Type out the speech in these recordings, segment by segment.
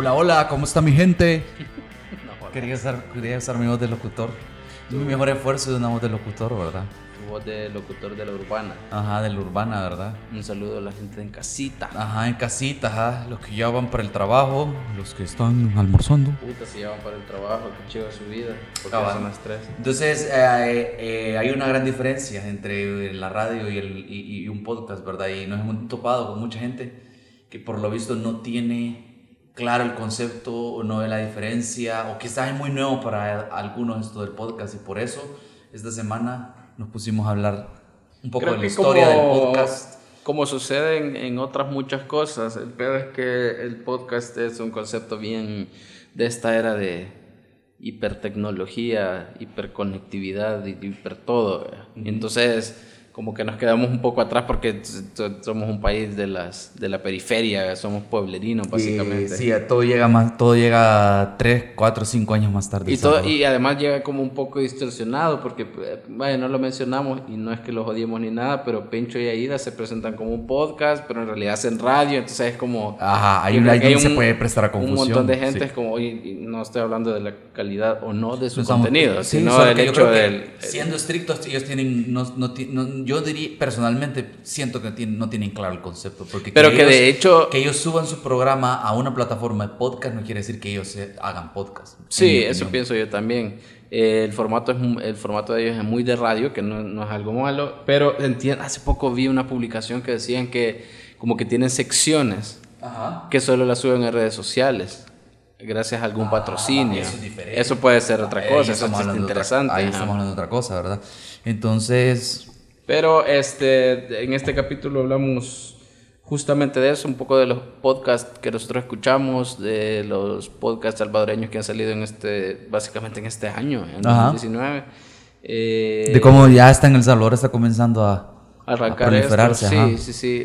Hola, hola, ¿cómo está mi gente? No, Quería usar mi voz de locutor. Es mi mejor esfuerzo de una voz de locutor, ¿verdad? tu voz de locutor de la urbana. Ajá, de la urbana, ¿verdad? Un saludo a la gente en casita. Ajá, en casita, ajá. Los que ya van para el trabajo, los que están almorzando. Puta, se llevan para el trabajo, qué chido su vida. Porque Cabal. son las 3. Entonces, hay una gran diferencia entre la radio y un podcast, ¿verdad? Y nos hemos topado con mucha gente que por lo visto no tiene claro el concepto o no ve la diferencia, o quizás es muy nuevo para algunos esto del podcast, y por eso esta semana nos pusimos a hablar un poco de la historia del podcast. Como sucede en otras muchas cosas, el peor es que el podcast es un concepto bien de esta era de hipertecnología, hiperconectividad y hiper todo. Y entonces como que nos quedamos un poco atrás porque somos un país de la periferia, somos pueblerinos básicamente. Sí, todo llega 3, 4, 5 años más tarde. Y además llega como un poco distorsionado porque, vaya, no lo mencionamos y no es que los odiemos ni nada, pero Pencho y Aida se presentan como un podcast, pero en realidad hacen radio, entonces es como... Ajá, ahí se puede prestar a confusión. Un montón de gente es como, oye, y no estoy hablando de la calidad o no de su contenido, sino del hecho del... Siendo estrictos, ellos tienen... yo diría, personalmente, siento que no tienen claro el concepto. Porque de hecho... Que ellos suban su programa a una plataforma de podcast no quiere decir que ellos hagan podcast. Sí, eso pienso yo también. El formato de ellos es muy de radio, que no es algo malo, pero hace poco vi una publicación que decían que como que tienen secciones. Ajá. Que solo las suben en redes sociales gracias a algún patrocinio. Eso es diferente. Eso puede ser otra cosa, eso es interesante. Ahí estamos hablando de otra cosa, ¿verdad? Entonces... Pero en este capítulo hablamos justamente de eso, un poco de los podcasts que nosotros escuchamos, de los podcasts salvadoreños que han salido básicamente en este año, en 2019. De cómo ya está en El Salvador, está comenzando a proliferarse. Sí.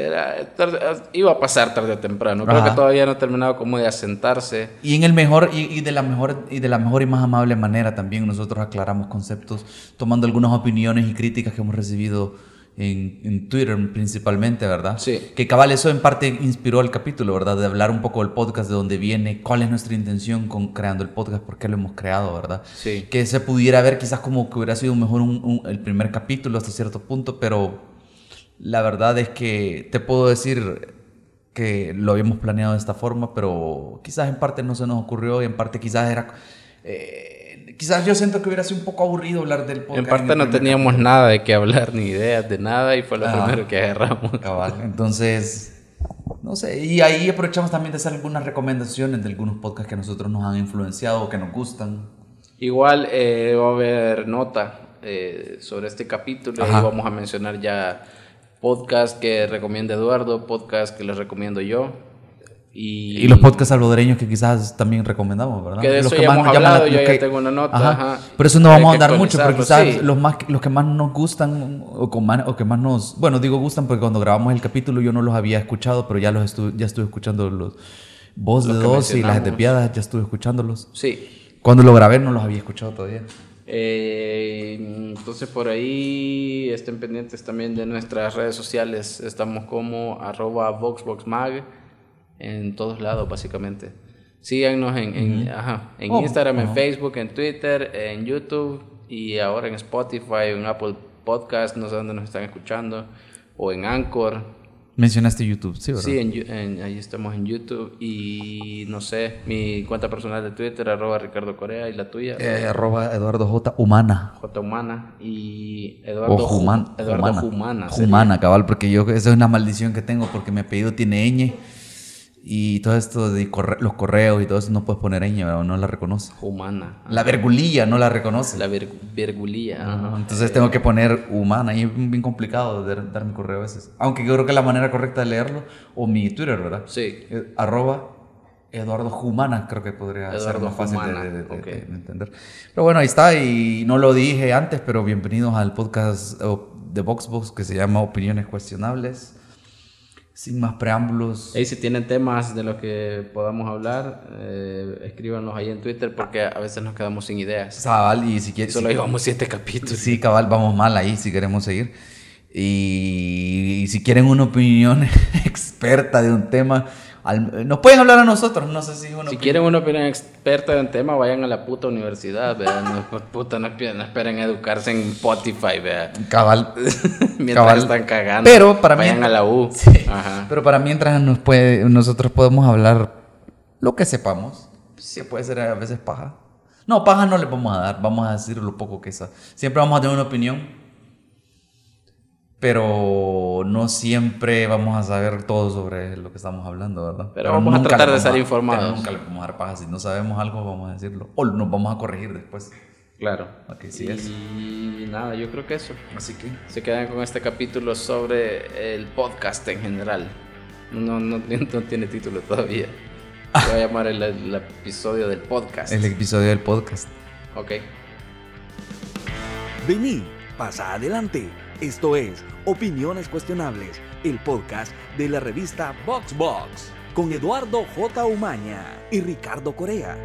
Iba a pasar tarde o temprano. Creo que todavía no ha terminado como de asentarse. Y en el mejor y de la mejor y más amable manera también nosotros aclaramos conceptos, tomando algunas opiniones y críticas que hemos recibido en Twitter principalmente, ¿verdad? Sí. Que cabal, eso en parte inspiró el capítulo, ¿verdad? De hablar un poco del podcast, de dónde viene, cuál es nuestra intención con creando el podcast, por qué lo hemos creado, ¿verdad? Sí. Que se pudiera ver quizás como que hubiera sido mejor el primer capítulo hasta cierto punto, pero la verdad es que te puedo decir que lo habíamos planeado de esta forma, pero quizás en parte no se nos ocurrió y en parte quizás era... quizás yo siento que hubiera sido un poco aburrido hablar del podcast. En parte no teníamos nada de qué hablar, ni ideas de nada, y fue lo primero que agarramos. Cabal. Entonces, no sé, y ahí aprovechamos también de hacer algunas recomendaciones de algunos podcasts que a nosotros nos han influenciado o que nos gustan. Igual va a haber nota sobre este capítulo. Ajá. Y vamos a mencionar ya podcast que recomienda Eduardo, podcast que les recomiendo yo. Y los podcasts salvadoreños que quizás también recomendamos, ¿verdad? Que de eso los que ya más hemos hablado, yo ya tengo una nota. Ajá. Pero eso no vamos a andar mucho, pero quizás los que más nos gustan o que más nos... Bueno, digo gustan porque cuando grabamos el capítulo yo no los había escuchado, pero ya estuve escuchando los Voz de Dos y Las Desviadas, ya estuve escuchándolos. Sí. Cuando lo grabé no los había escuchado todavía. Entonces por ahí estén pendientes también de nuestras redes sociales. Estamos como @VoxBoxMag en todos lados básicamente. Síganos en Instagram, en Facebook, en Twitter, en YouTube y ahora en Spotify, en Apple Podcast, no sé dónde nos están escuchando, o en Anchor. Mencionaste YouTube, sí, ¿verdad? Sí, ahí estamos en YouTube. Y no sé, mi cuenta personal de Twitter, @Ricardo Corea, y la tuya. @Eduardo J. Humana. J. Humana. Y Eduardo Humana. Humana, cabal, porque esa es una maldición que tengo, porque mi apellido tiene ñ. Y todo esto de los correos y todo eso no puedes poner ñ, ¿verdad? No la reconoce. Humana. La vergulilla no la reconoce. La vergulilla. Entonces tengo que poner humana y es bien complicado dar mi correo a veces. Aunque yo creo que la manera correcta de leerlo, o mi Twitter, ¿verdad? Sí. @Eduardo Humana, creo que podría ser más fácil de entender. Pero bueno, ahí está, y no lo dije antes, pero bienvenidos al podcast de VoxBox que se llama Opiniones Cuestionables. Sin más preámbulos. Y si tienen temas de los que podamos hablar, escríbanlos ahí en Twitter, porque a veces nos quedamos sin ideas. Cabal, y si quieres... Solo llevamos 7 capítulos. Sí, cabal, vamos mal ahí si queremos seguir. Y si quieren una opinión experta de un tema, nos pueden hablar a nosotros, no sé si es una Si opinión. quieren una opinión experta en tema, vayan a la puta universidad, vean, no esperen educarse en Spotify, vean. Cabal. Mientras Cabal. están cagando, Pero para vayan a la U. Sí. Ajá. Pero para mientras nosotros podemos hablar lo que sepamos. Sí, puede ser a veces paja. No, paja no le vamos a dar, vamos a decir lo poco que es. Siempre vamos a tener una opinión, pero no siempre vamos a saber todo sobre lo que estamos hablando, ¿verdad? Pero vamos a nunca tratar le de vamos estar a- informados. pero nunca le vamos a dar paja. Si no sabemos algo, vamos a decirlo. O nos vamos a corregir después. Claro. Ok, sí es. Y nada, yo creo que eso. Así que... Se quedan con este capítulo sobre el podcast en general. No tiene título todavía. Se va a llamar el episodio del podcast. El episodio del podcast. Ok. Vení, pasa adelante. Esto es Opiniones Cuestionables, el podcast de la revista VoxBox, con Eduardo J. Umaña y Ricardo Corea.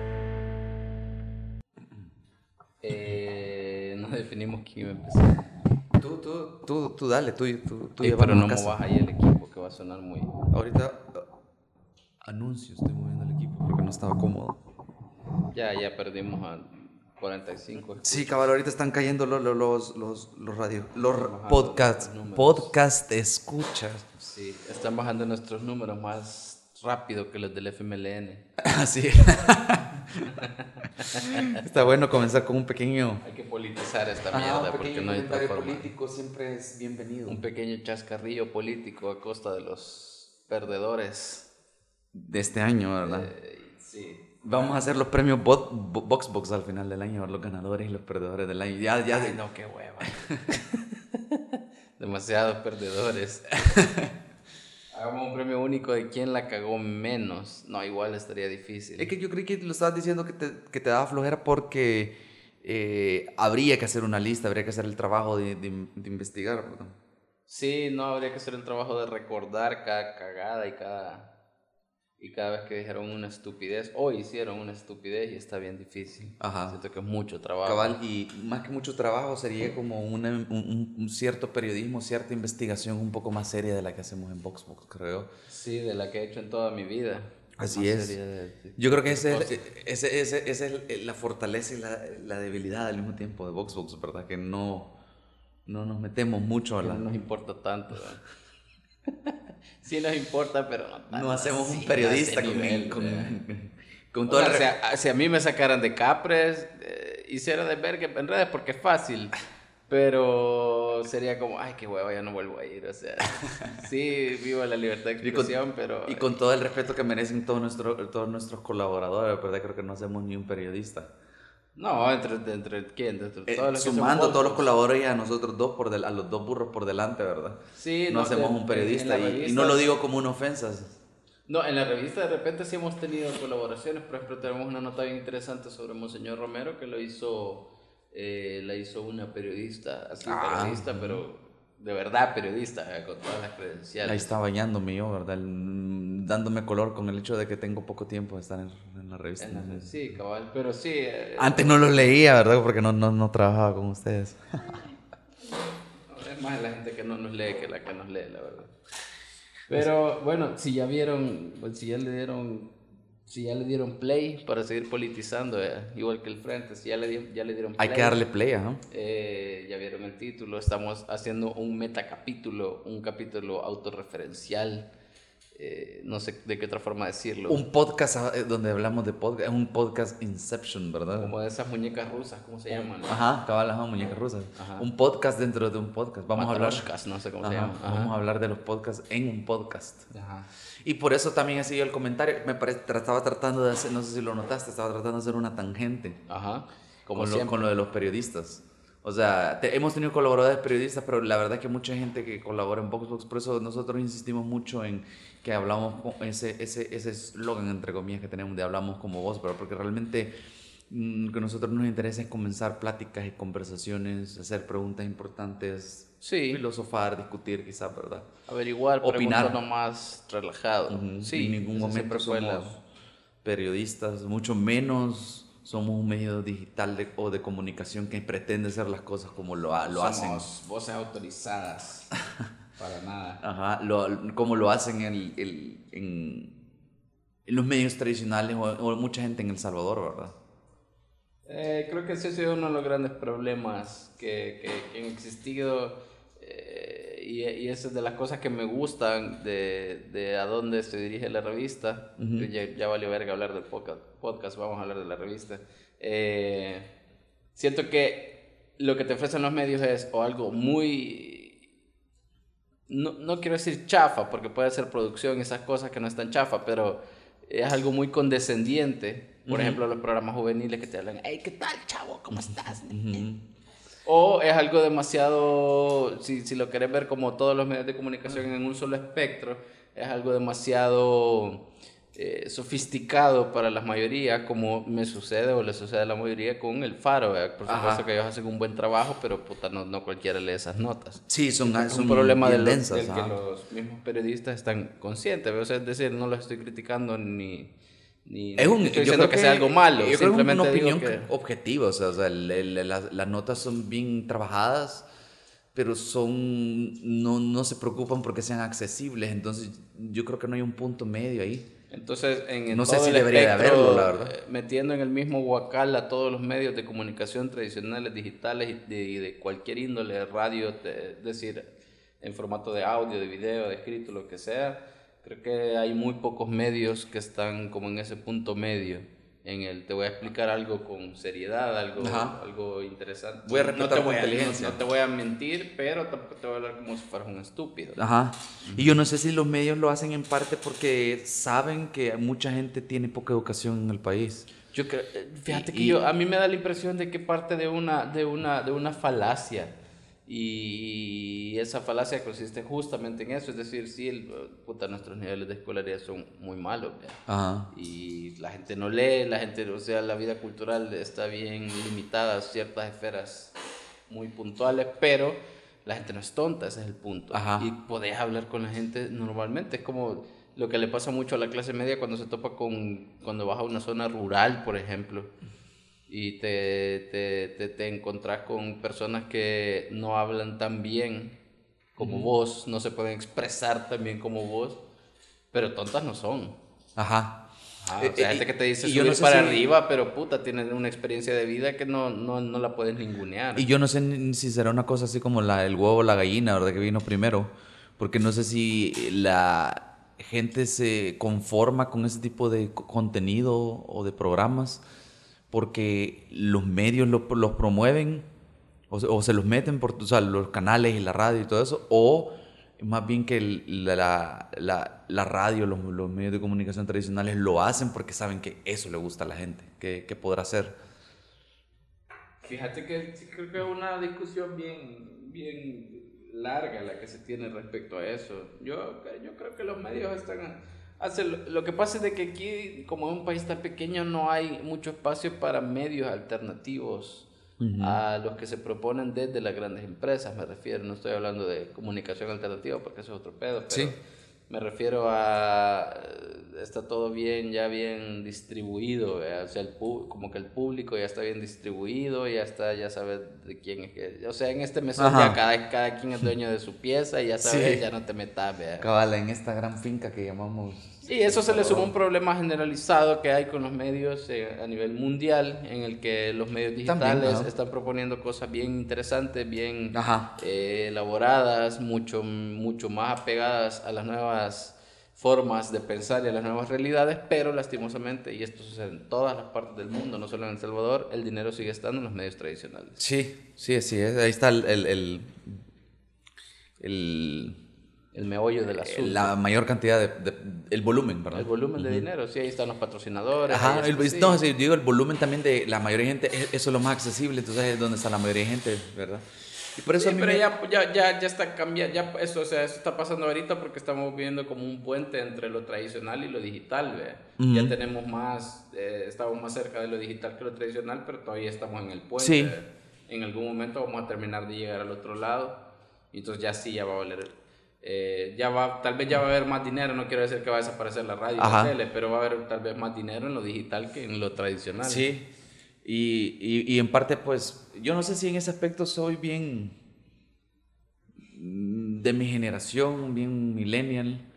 No definimos quién iba a empezar. Tú dale, tú Ey, pero no movas ahí el equipo que va a sonar muy... Ahorita anuncio, estoy moviendo el equipo porque no estaba cómodo. Ya perdimos a 45. Sí, cabal, ahorita están cayendo los radios, los bajando podcasts, los números. podcast escuchas. Sí, están bajando nuestros números más rápido que los del FMLN. Así. Está bueno comenzar con un pequeño... Hay que politizar esta mierda porque no hay otra forma. político siempre es bienvenido. Un pequeño chascarrillo político a costa de los perdedores. De este año, ¿verdad? Sí. Vamos a hacer los premios VoxBox al final del año, los ganadores y los perdedores del año. Ya, Ay, no, qué hueva. Demasiados perdedores. Hagamos un premio único de quién la cagó menos. No, igual estaría difícil. Es que yo creí que lo estabas diciendo que te daba flojera porque habría que hacer una lista, habría que hacer el trabajo de investigar, ¿verdad? Sí, no, habría que hacer el trabajo de recordar cada cagada y cada vez que dijeron una estupidez o hicieron una estupidez y está bien difícil. Ajá. Siento que es mucho trabajo. Cabal, y más que mucho trabajo sería como un cierto periodismo, cierta investigación un poco más seria de la que hacemos en VoxBox, creo. Sí, de la que he hecho en toda mi vida. Así Más es. seria Yo creo que esa es la fortaleza y la debilidad al mismo tiempo de VoxBox, ¿verdad? Que no nos metemos mucho a no la... nos importa tanto. ¿verdad? Sí nos importa, pero no tanto. No hacemos así, un periodista a ese nivel, ¿verdad? con todo O el... sea, si a mí me sacaran de Capres, hiciera de verga en redes porque es fácil. Pero sería como, ay, qué hueva, ya no vuelvo a ir. O sea, sí, vivo la libertad de expresión, pero... Y con todo el respeto que merecen todos nuestros colaboradores, ¿verdad? Creo que no hacemos ni un periodista. No, entre ¿quién? Entre todos los que Sumando son a todos los podcasts. colaboradores y a nosotros dos, a los dos burros por delante, ¿verdad? Sí, No hacemos un periodista en la y revista- no lo digo como una ofensa. No, en la revista de repente sí hemos tenido colaboraciones. Por ejemplo, tenemos una nota bien interesante sobre Monseñor Romero que la hizo una periodista, así periodista, pero de verdad periodista, con todas las credenciales. Ahí está bañándome yo, ¿verdad? Dándome color con el hecho de que tengo poco tiempo de estar en la revista. Sí, cabal, pero sí. Antes no los leía, ¿verdad? Porque no trabajaba con ustedes. Es más la gente que no nos lee que la que nos lee, la verdad. Pero bueno, si ya vieron, pues, si ya le dieron play para seguir politizando, igual que el Frente, si ya le dieron play. Hay que darle play, ¿no? Ya vieron el título, estamos haciendo un metacapítulo, un capítulo autorreferencial, no sé de qué otra forma decirlo. Un podcast donde hablamos de podcast, es un podcast Inception, ¿verdad? Como de esas muñecas rusas, ¿cómo se llaman? Ajá, cabal, ajá, muñecas rusas. Ajá. Un podcast dentro de un podcast. Vamos a hablar. Matryoshkas, no sé cómo Ajá, se llama. Ajá. Vamos a hablar de los podcasts en un podcast. Ajá. Y por eso también he seguido el comentario. Estaba tratando de hacer, no sé si lo notaste, estaba tratando de hacer una tangente Ajá. Como con siempre. lo de los periodistas. O sea, hemos tenido colaboradores periodistas, pero la verdad que mucha gente que colabora en VoxBox, por eso nosotros insistimos mucho en que hablamos con ese eslogan, entre comillas, que tenemos de hablamos como vos, pero porque realmente lo que a nosotros nos interesa es comenzar pláticas y conversaciones, hacer preguntas importantes, Sí. filosofar, discutir quizás, ¿verdad? Averiguar, Opinar. preguntar nomás relajado. Ujú. Sí, En ningún eso momento siempre fue somos periodistas, mucho menos somos un medio digital o de comunicación que pretende hacer las cosas como lo hacen. Somos voces autorizadas. Para nada. Ajá, como lo hacen los medios tradicionales o mucha gente en El Salvador, ¿verdad? Creo que ese ha sido uno de los grandes problemas que han existido, y esa es de las cosas que me gustan de a dónde se dirige la revista. Ya valió verga hablar del podcast, vamos a hablar de la revista. Siento que lo que te ofrecen los medios es o algo muy... No quiero decir chafa, porque puede ser producción y esas cosas que no están chafa, pero es algo muy condescendiente. Por ejemplo, los programas juveniles que te hablan, hey, ¿qué tal, chavo? ¿Cómo estás? O es algo demasiado, si lo querés ver como todos los medios de comunicación en un solo espectro, es algo demasiado sofisticado para la mayoría, como me sucede o le sucede a la mayoría con El Faro. Por supuesto que ellos hacen un buen trabajo, pero puta, no cualquiera lee esas notas. Sí, son un problema del que los mismos periodistas están conscientes. O sea, es decir, no los estoy criticando ni estoy diciendo que sea algo malo. Yo creo que es una opinión que... objetiva. O sea las notas son bien trabajadas, pero no se preocupan porque sean accesibles. Entonces, yo creo que no hay un punto medio ahí. Entonces, no sé si debería de haberlo, la verdad. Metiendo en el mismo huacal a todos los medios de comunicación tradicionales, digitales y de cualquier índole, radio, es decir, en formato de audio, de video, de escrito, lo que sea. Creo que hay muy pocos medios que están como en ese punto medio. Te voy a explicar algo con seriedad, algo interesante. Voy a respetar tu inteligencia. No te voy a mentir, pero tampoco te voy a hablar como si fueras un estúpido. Y yo no sé si los medios lo hacen en parte porque saben que mucha gente tiene poca educación en el país. Yo creo, fíjate que a mí me da la impresión de que parte de una falacia. Y esa falacia consiste justamente en eso, es decir, sí, nuestros niveles de escolaridad son muy malos, y la gente no lee, o sea, la vida cultural está bien limitada a ciertas esferas muy puntuales, pero la gente no es tonta, ese es el punto. Y podés hablar con la gente normalmente, es como lo que le pasa mucho a la clase media cuando se topa cuando vas a una zona rural, por ejemplo. Y te encontrás con personas que no hablan tan bien como vos, no se pueden expresar tan bien como vos, pero tontas no son. O sea, gente que te dice subir para arriba, pero puta, tienen una experiencia de vida que no la puedes ningunear. Y yo no sé si será una cosa así como el huevo o la gallina, ¿verdad? Que vino primero, porque no sé si la gente se conforma con ese tipo de contenido o de programas porque los medios los promueven o se los meten por los canales y la radio y todo eso, o más bien que la radio, los medios de comunicación tradicionales lo hacen porque saben que eso le gusta a la gente, que podrá hacer. Fíjate que creo que es una discusión bien larga la que se tiene respecto a eso. Yo creo que los medios están... Lo que pasa es de que aquí, como es un país tan pequeño, no hay mucho espacio para medios alternativos a los que se proponen desde las grandes empresas, me refiero. No estoy hablando de comunicación alternativa porque eso es otro pedo, pero me refiero a... Está todo bien distribuido, o sea, como que el público ya está bien distribuido, ya sabes de quién es que... O sea, en este mesón ya cada quien es dueño de su pieza y ya sabes, ya no te metas, ¿verdad? Cabal, en esta gran finca que llamamos... Y eso se le suma un problema generalizado que hay con los medios a nivel mundial, en el que los medios digitales están proponiendo cosas bien interesantes, bien elaboradas, mucho más apegadas a las nuevas formas de pensar y a las nuevas realidades, pero lastimosamente, y esto sucede en todas las partes del mundo, no solo en El Salvador, el dinero sigue estando en los medios tradicionales. Sí, ahí está el meollo del asunto. La mayor cantidad el volumen, ¿verdad? El volumen de dinero, sí, ahí están los patrocinadores. Digo, el volumen también de la mayoría de gente, eso es lo más accesible, entonces es donde está la mayoría de gente, ¿verdad? Y por eso pero ya está cambiando, eso está pasando ahorita porque estamos viendo como un puente entre lo tradicional y lo digital, ¿ve? Ya tenemos estamos más cerca de lo digital que lo tradicional, pero todavía estamos en el puente. Sí. En algún momento vamos a terminar de llegar al otro lado, y entonces ya va a valer... tal vez ya va a haber más dinero, no quiero decir que va a desaparecer la radio y la tele, pero va a haber tal vez más dinero en lo digital que en lo tradicional. Sí, y en parte pues yo no sé si en ese aspecto soy bien de mi generación, bien millennial,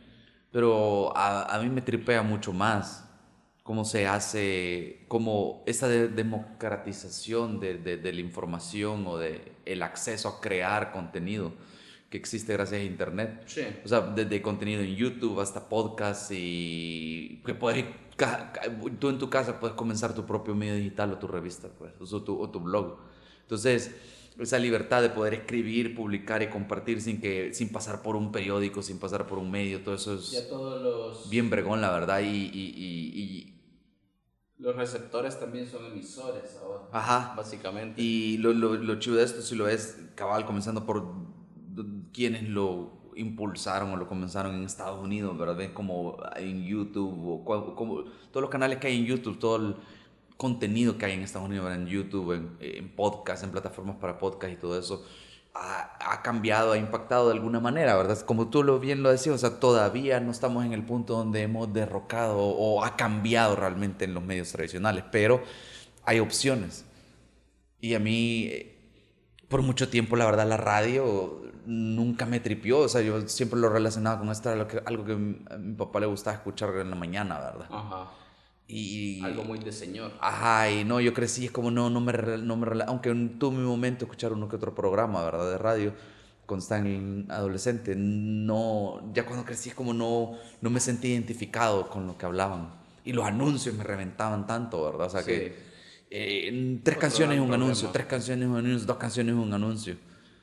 Pero a mí me tripea mucho más cómo se hace, como esa democratización de la información o de el acceso a crear contenido que existe gracias a internet. Sí. O sea, desde contenido en YouTube hasta podcast y que puedes, tú en tu casa puedes comenzar tu propio medio digital o tu revista, pues, o tu blog. Entonces, esa libertad de poder escribir, publicar y compartir sin pasar por un periódico, sin pasar por un medio, todo eso es Ya todos los... bien bregón, la verdad, y Los receptores también son emisores ahora. ajá. Básicamente. Y lo chido de esto, si lo ves, cabal, comenzando por quienes lo impulsaron o lo comenzaron en Estados Unidos, ¿verdad? Ves como en YouTube, como todos los canales que hay en YouTube, todo el contenido que hay en Estados Unidos, ¿verdad? En YouTube, en podcast, en plataformas para podcast y todo eso, ha cambiado, ha impactado de alguna manera, ¿verdad? Como tú bien lo decías, o sea, todavía no estamos en el punto donde hemos derrocado o ha cambiado realmente en los medios tradicionales, pero hay opciones. Y a mí, por mucho tiempo, la verdad, la radio nunca me tripió. O sea, yo siempre lo relacionaba con esto, algo que a mi papá le gustaba escuchar en la mañana, ¿verdad? Ajá. Y Algo muy de señor. ajá, y no, yo crecí, es como no me aunque tuve mi momento de escuchar uno que otro programa, ¿verdad? De radio, cuando estaba en adolescente, no, ya cuando crecí es como no me sentí identificado con lo que hablaban. Y los anuncios me reventaban tanto, ¿verdad? O sea, Sí. que tres canciones es un problema. anuncio, tres canciones es un anuncio, dos canciones es un anuncio.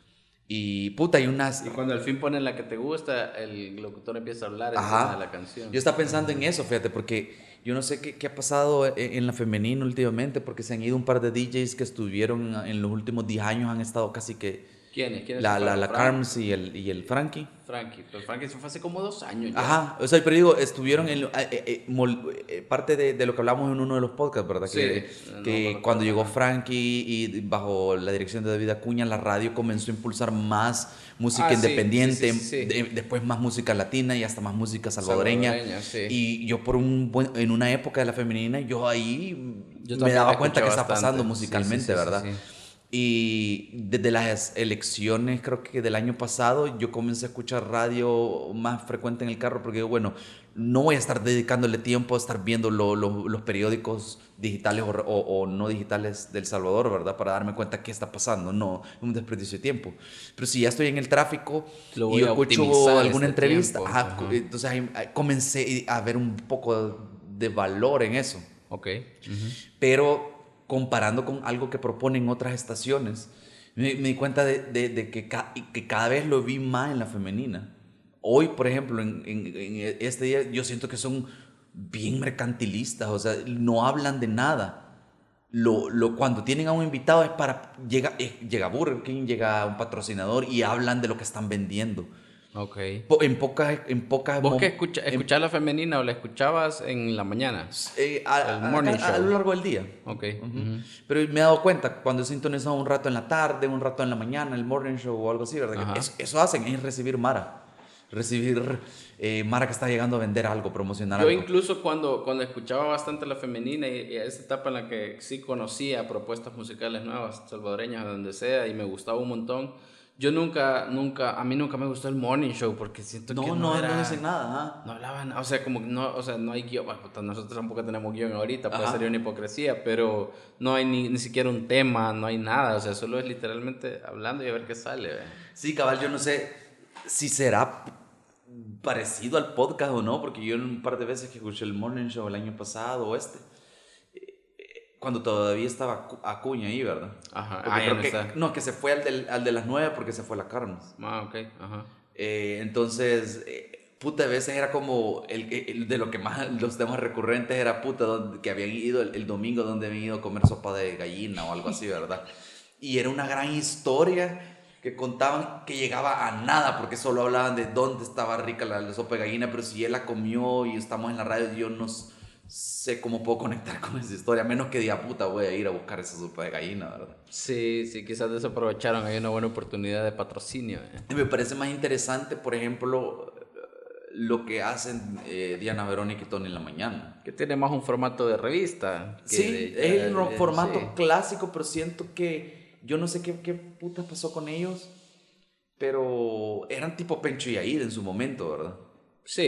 Y puta, hay unas... Y cuando al fin ponen la que te gusta, el locutor empieza a hablar Ajá. encima de la canción. Yo estaba pensando en eso, fíjate, porque yo no sé qué ha pasado en la femenina últimamente, porque se han ido un par de DJs que estuvieron en los últimos 10 años, han estado casi que... ¿Quiénes? ¿Quiénes La se fueron? Carms y el Frankie. Frankie. Pero Frankie se fue hace como 2 años ya. Ajá, o sea, pero digo, estuvieron en parte de lo que hablamos en uno de los podcasts, ¿verdad? Sí, Que no, cuando llegó ajá. Frankie y bajo la dirección de David Acuña, la radio comenzó a impulsar más música Ah, sí, independiente, sí. después más música latina y hasta más música salvadoreña. Sí. Y yo en una época de la femenina, yo ahí Yo me también daba la cuenta escuché que está bastante. pasando Sí, musicalmente, sí, sí, ¿verdad? sí. Y desde las elecciones, creo que del año pasado, yo comencé a escuchar radio más frecuente en el carro porque digo, bueno, no voy a estar dedicándole tiempo a estar viendo los periódicos digitales o no digitales del Salvador, ¿verdad? Para darme cuenta qué está pasando. No, es un desperdicio de tiempo. Pero si ya estoy en el tráfico Lo y voy yo a escucho optimizar alguna este entrevista, tiempo. ajá, Ajá. entonces ahí comencé a ver un poco de valor en eso. Ok. Pero comparando con algo que proponen otras estaciones, me di cuenta de que cada vez lo vi más en la femenina. Hoy, por ejemplo, en este día, yo siento que son bien mercantilistas, o sea, no hablan de nada. Cuando tienen a un invitado es para... Llega Burger King, llega un patrocinador y hablan de lo que están vendiendo. Ok. En pocas ¿Vos que escuchás la femenina o la escuchabas en la mañana? El morning a show. lo largo del día. Ok. Ujú. Pero me he dado cuenta, cuando he sintonizado un rato en la tarde, un rato en la mañana, el morning show o algo así, ¿verdad? Ajá. Que eso hacen, es recibir Mara. Recibir Mara que está llegando a vender algo, promocionar Yo algo. incluso cuando escuchaba bastante la femenina y esa etapa en la que sí conocía propuestas musicales nuevas, salvadoreñas, de donde sea, y me gustaba un montón, yo a mí nunca me gustó el morning show porque siento que No era... dicen nada. Ajá. No hablaban, o sea, como que no, o sea, no hay guión, bueno, puta, nosotros tampoco tenemos guión ahorita, puede Ajá. ser una hipocresía, pero no hay ni siquiera un tema, no hay nada, o sea, solo es literalmente hablando y a ver qué sale, ¿ve? Sí, cabal, yo no sé si será parecido al podcast o no, porque yo un par de veces que escuché el morning show el año pasado o cuando todavía estaba Acuña ahí, ¿verdad? Ajá, Porque ya creo no que, está. no, que se fue al de las 9 porque se fue la Carmen. Ah, ok, ajá. Entonces, puta, a veces era como de lo que más, los temas recurrentes era puta, que habían ido el domingo donde habían ido a comer sopa de gallina o algo así, ¿verdad? Y era una gran historia que contaban que llegaba a nada, porque solo hablaban de dónde estaba rica la sopa de gallina, pero si él la comió y estamos en la radio, yo no sé cómo puedo conectar con esa historia, a menos que diga, puta, voy a ir a buscar esa sopa de gallina, ¿verdad? Sí, quizás desaprovecharon, hay una buena oportunidad de patrocinio. Y me parece más interesante, por ejemplo, lo que hacen Diana Verónica y Tony en la mañana. Que tiene más un formato de revista. Sí, es el formato sí. clásico, pero siento que yo no sé qué puta pasó con ellos, pero eran tipo Pencho y Aida en su momento, ¿verdad? Sí,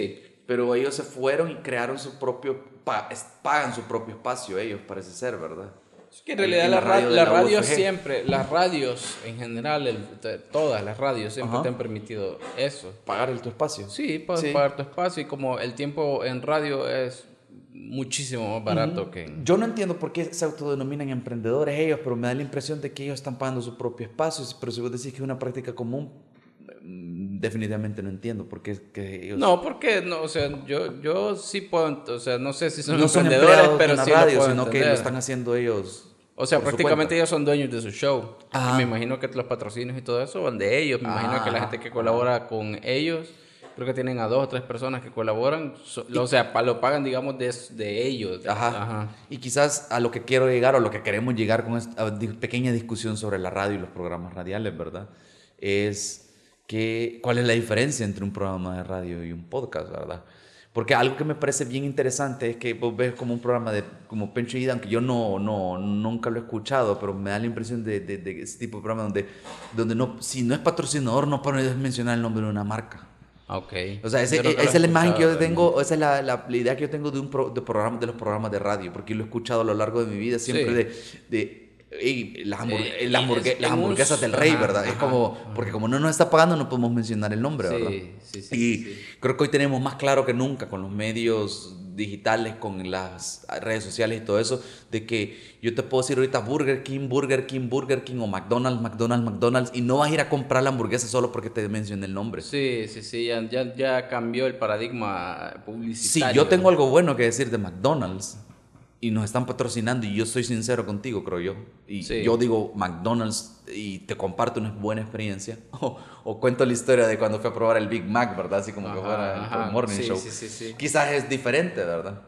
pero ellos se fueron y crearon su propio, pagan su propio espacio ellos, parece ser, ¿verdad? Es que en realidad la radio siempre, las radios en general, todas las radios siempre te han permitido eso. Pagar tu espacio. Sí, pagar tu espacio, y como el tiempo en radio es muchísimo más barato que... Yo no entiendo por qué se autodenominan emprendedores ellos, pero me da la impresión de que ellos están pagando su propio espacio, pero si vos decís que es una práctica común, definitivamente no entiendo por qué que ellos... No, porque no, o sea, yo sí puedo, o sea, no sé si son no son emprendedores, empleados pero de sí la radio, lo puedo sino entender. que lo están haciendo ellos. O sea, por su prácticamente cuenta. ellos son dueños de su show. Ajá. Y me imagino que los patrocinios y todo eso van de ellos. Me imagino que la gente que colabora con ellos, creo que tienen a 2 o 3 personas que colaboran. O sea, lo pagan, digamos, de ellos. Ajá. Y quizás a lo que quiero llegar o lo que queremos llegar con esta pequeña discusión sobre la radio y los programas radiales, ¿verdad? Es cuál es la diferencia entre un programa de radio y un podcast, ¿verdad? Porque algo que me parece bien interesante es que vos ves como un programa como Pencho y Ida, aunque yo nunca lo he escuchado, pero me da la impresión de ese tipo de programa donde si no es patrocinador no puedes mencionar el nombre de una marca. Ok. O sea, esa es la imagen que yo tengo, esa es la idea que yo tengo de los programas de radio, porque lo he escuchado a lo largo de mi vida siempre las hamburguesas del rey, ¿verdad? Es como, porque como no nos está pagando no podemos mencionar el nombre, ¿verdad? Sí. Creo que hoy tenemos más claro que nunca con los medios digitales, con las redes sociales y todo eso, de que yo te puedo decir ahorita Burger King o McDonald's, y no vas a ir a comprar la hamburguesa solo porque te mencione el nombre. Sí, ya cambió el paradigma publicitario. Sí, yo tengo algo bueno que decir de McDonald's. Y nos están patrocinando y yo soy sincero contigo, creo yo. Y yo digo McDonald's y te comparto una buena experiencia. O cuento la historia de cuando fui a probar el Big Mac, ¿verdad? Así como que fuera el Morning Show. Sí. Quizás es diferente, ¿verdad?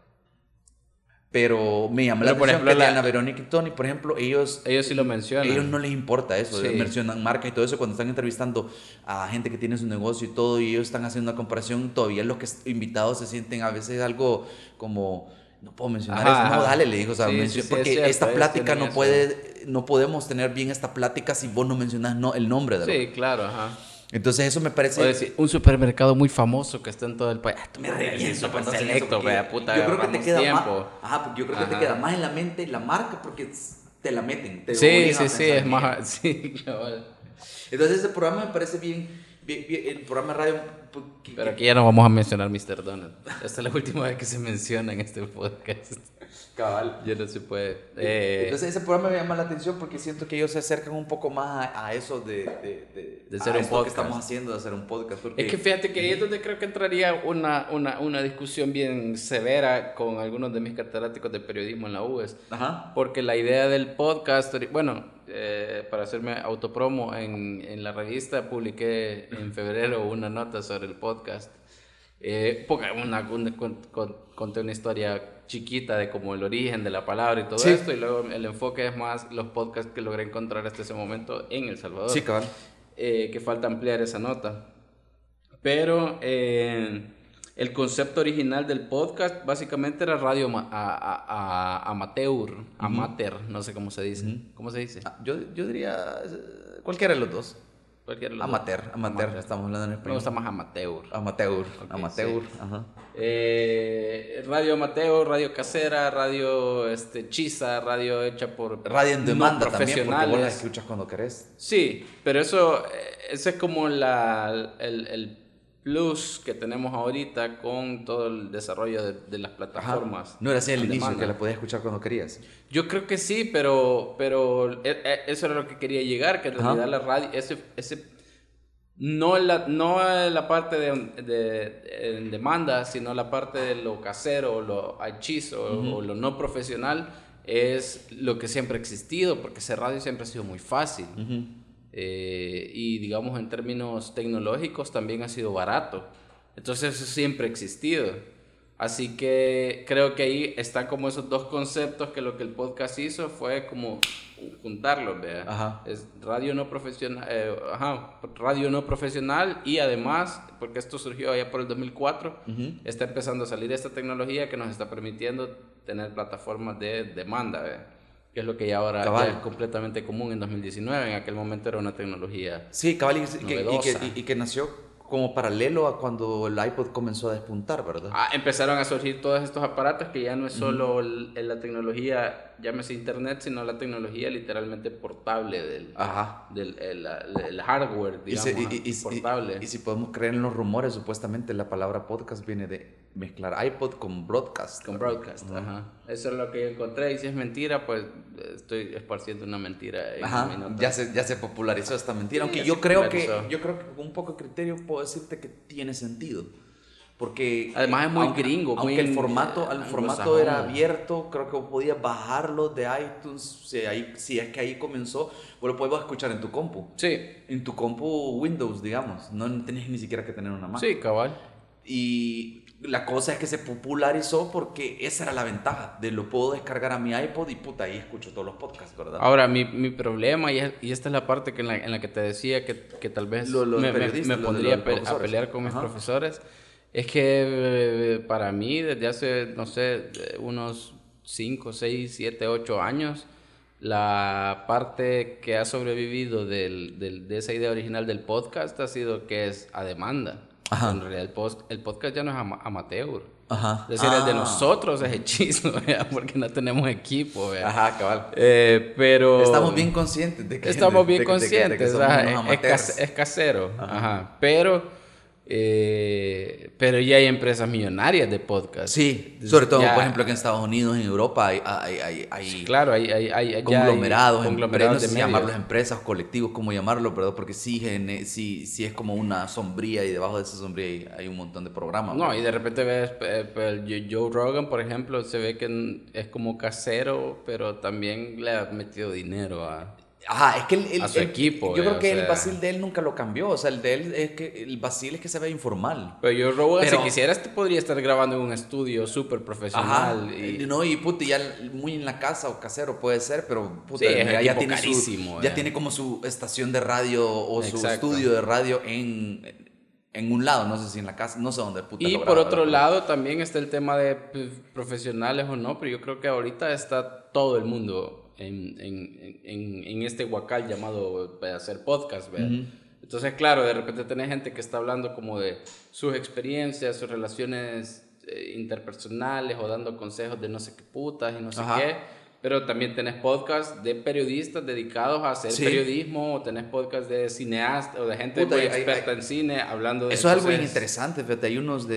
Pero me llama la atención que Diana, Verónica y Tony, por ejemplo, ellos sí lo mencionan. Ellos no les importa eso. Ellos mencionan marcas y todo eso cuando están entrevistando a gente que tiene su negocio y todo, y ellos están haciendo una comparación. Todavía los invitados se sienten a veces algo como... No puedo mencionar eso. No, dale, le digo. O sea, porque cierto, esta plática no podemos tener bien esta plática si vos no mencionas el nombre de Sí, claro, ajá. Entonces eso me parece... O decir, un supermercado muy famoso que está en todo el país. Tú me reviento con Selecto, vea, puta. Yo creo que te queda más... yo creo que te queda más en la mente la marca porque te la meten. Sí, es más... Sí, cabal. Entonces ese programa me parece bien el programa de radio... Pero aquí ya no vamos a mencionar Mr. Donald. Esta es la última vez que se menciona en este podcast. Cabal. Ya no se puede. Entonces ese programa me llama la atención porque siento que ellos se acercan un poco más a eso de ser un podcast que estamos haciendo, de hacer un podcast. Es que fíjate que ahí es donde creo que entraría una discusión bien severa con algunos de mis catedráticos de periodismo en la UES. Ajá. Porque la idea del podcast, bueno, para hacerme autopromo, en la revista publiqué en febrero una nota sobre el podcast. Porque conté una historia chiquita de como el origen de la palabra y todo esto, y luego el enfoque es más los podcasts que logré encontrar hasta ese momento en El Salvador. Sí, cabal. Que falta ampliar esa nota. Pero el concepto original del podcast básicamente era radio amateur, no sé cómo se dice. ¿Cómo se dice? Yo diría cualquiera de los dos. Amateur, estamos hablando en español. Me gusta más amateur. Amateur. Sí. Ajá. Radio amateur, radio casera, radio chisa, radio hecha por radio en demanda profesionales. También, porque vos la escuchas cuando querés. Sí, pero ese es como el plus que tenemos ahorita con todo el desarrollo de las plataformas. Ajá. No era así al inicio, que la podías escuchar cuando querías. Yo creo que sí, pero eso era lo que quería llegar, que en realidad la radio, no la parte de demanda, sino la parte de lo casero, lo hechizo o lo no profesional, es lo que siempre ha existido, porque hacer radio siempre ha sido muy fácil. Y digamos en términos tecnológicos también ha sido barato. Entonces eso siempre ha existido. Así que creo que ahí están como esos dos conceptos que lo que el podcast hizo fue como juntarlos, ¿vea? Ajá. Es radio no profesional, radio no profesional, y además, porque esto surgió allá por el 2004, está empezando a salir esta tecnología que nos está permitiendo tener plataformas de demanda, ¿vea? Que es lo que ya ahora ya es completamente común en 2019. En aquel momento era una tecnología sí, cabal, novedosa. Y que nació como paralelo a cuando el iPod comenzó a despuntar, ¿verdad? Empezaron a surgir todos estos aparatos que ya no es solo la tecnología, llámese internet, sino la tecnología literalmente portable del hardware, digamos, portable. Y si podemos creer en los rumores, supuestamente la palabra podcast viene de mezclar iPod con broadcast. Con broadcast, ajá. Eso es lo que yo encontré, y si es mentira, pues estoy esparciendo una mentira. Ya se popularizó esta mentira, Sí, aunque yo creo que con un poco de criterio puedo decirte que tiene sentido. Porque además es muy gringo, aunque el formato era abierto, creo que podías bajarlo de iTunes, si es que ahí comenzó, vos lo puedes escuchar en tu compu. Sí. En tu compu Windows, digamos, no tenés ni siquiera que tener una Mac. Sí, cabal. Y la cosa es que se popularizó porque esa era la ventaja, de lo puedo descargar a mi iPod y puta, ahí escucho todos los podcasts, ¿verdad? Ahora, mi problema, y esta es la parte en la que te decía que tal vez me pondría a pelear con mis profesores, es que para mí desde hace, no sé, unos 5, 6, 7, 8 años, la parte que ha sobrevivido de esa idea original del podcast ha sido que es a demanda. Ajá. En realidad el podcast ya no es amateur. Ajá. Es decir, el de nosotros es hechizo, ¿verdad? Porque no tenemos equipo, ¿verdad? Ajá, cabal. Pero estamos bien conscientes de que estamos bien conscientes, de que somos unos amateurs. es casero. Ajá. Pero ya hay empresas millonarias de podcast. Sí, sobre todo, por ejemplo, que en Estados Unidos, en Europa, hay claro, hay conglomerados de no sé si medios. llamarlos empresas, colectivos, cómo llamarlo, ¿verdad? Porque sí es como una sombría y debajo de esa sombría hay un montón de programas. No, y de repente ves Joe Rogan, por ejemplo, se ve que es como casero, pero también le ha metido dinero a es que a su equipo. Yo creo que el vacil de él nunca lo cambió. O sea, el vacil es que se ve informal. Pero yo, Rogan, si quisieras, te podría estar grabando en un estudio súper profesional. Y ya muy en la casa o casero puede ser, pero puta, sí, ya tiene carísimo. Ya tiene como su estación de radio o su estudio de radio en un lado, no sé si en la casa, no sé dónde puta. Y por otro lado también está el tema de profesionales o no, pero yo creo que ahorita está todo el mundo en este huacal llamado hacer podcast, ¿verdad? Uh-huh. Entonces, claro, de repente tenés gente que está hablando como de sus experiencias, sus relaciones interpersonales, o dando consejos de no sé qué putas y no sé qué, pero también tenés podcasts de periodistas dedicados a hacer periodismo, o tenés podcasts de cineastas o de gente muy experta en cine hablando de eso. Es algo bien interesante, fíjate, hay unos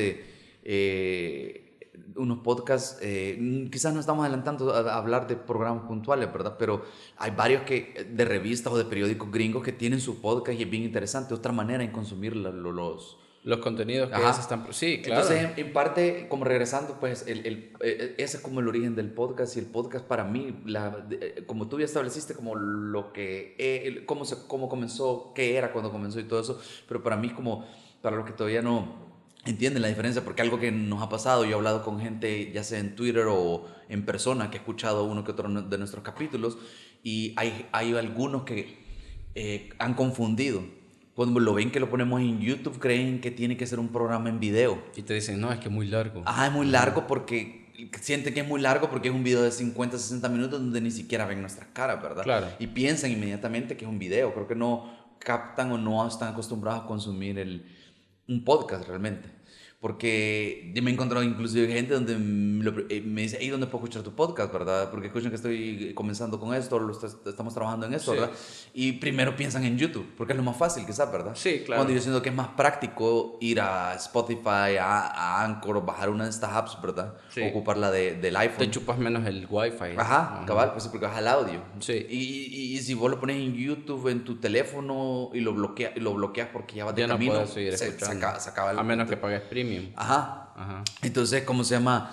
unos podcasts, quizás no estamos adelantando a hablar de programas puntuales, ¿verdad? Pero hay varios de revistas o de periódicos gringos que tienen su podcast y es bien interesante, otra manera en consumir los contenidos que ya se están... Sí, claro. Entonces, en parte, como regresando, pues, ese es como el origen del podcast, y el podcast para mí, como tú ya estableciste, como lo que... cómo comenzó, qué era cuando comenzó y todo eso, pero para mí como, para los que todavía no entienden la diferencia, porque algo que nos ha pasado, yo he hablado con gente, ya sea en Twitter o en persona, que he escuchado uno que otro de nuestros capítulos, y hay algunos que han confundido. Cuando lo ven que lo ponemos en YouTube, creen que tiene que ser un programa en video. Y te dicen, no, es que es muy largo. Es muy largo porque sienten que es muy largo porque es un video de 50, 60 minutos donde ni siquiera ven nuestras caras, ¿verdad? Claro. Y piensan inmediatamente que es un video. Creo que no captan o no están acostumbrados a consumir un podcast realmente. Porque yo me he encontrado inclusive gente donde me dice, hey, ¿dónde puedo escuchar tu podcast, verdad? Porque escuchan que estoy comenzando con esto, estamos trabajando en esto, ¿verdad? Y primero piensan en YouTube, porque es lo más fácil, quizás, ¿verdad? Sí, claro. Cuando yo siento que es más práctico ir a Spotify, a Anchor, o bajar una de estas apps, ¿verdad? Sí. Ocuparla del iPhone. Te chupas menos el Wi-Fi. Cabal, pues porque baja el audio. Sí. Y si vos lo pones en YouTube, en tu teléfono, y lo bloqueas porque ya vas de camino, no puedes seguir escuchando. Se acaba a menos que pagues premium. Ajá. Entonces, ¿cómo se llama?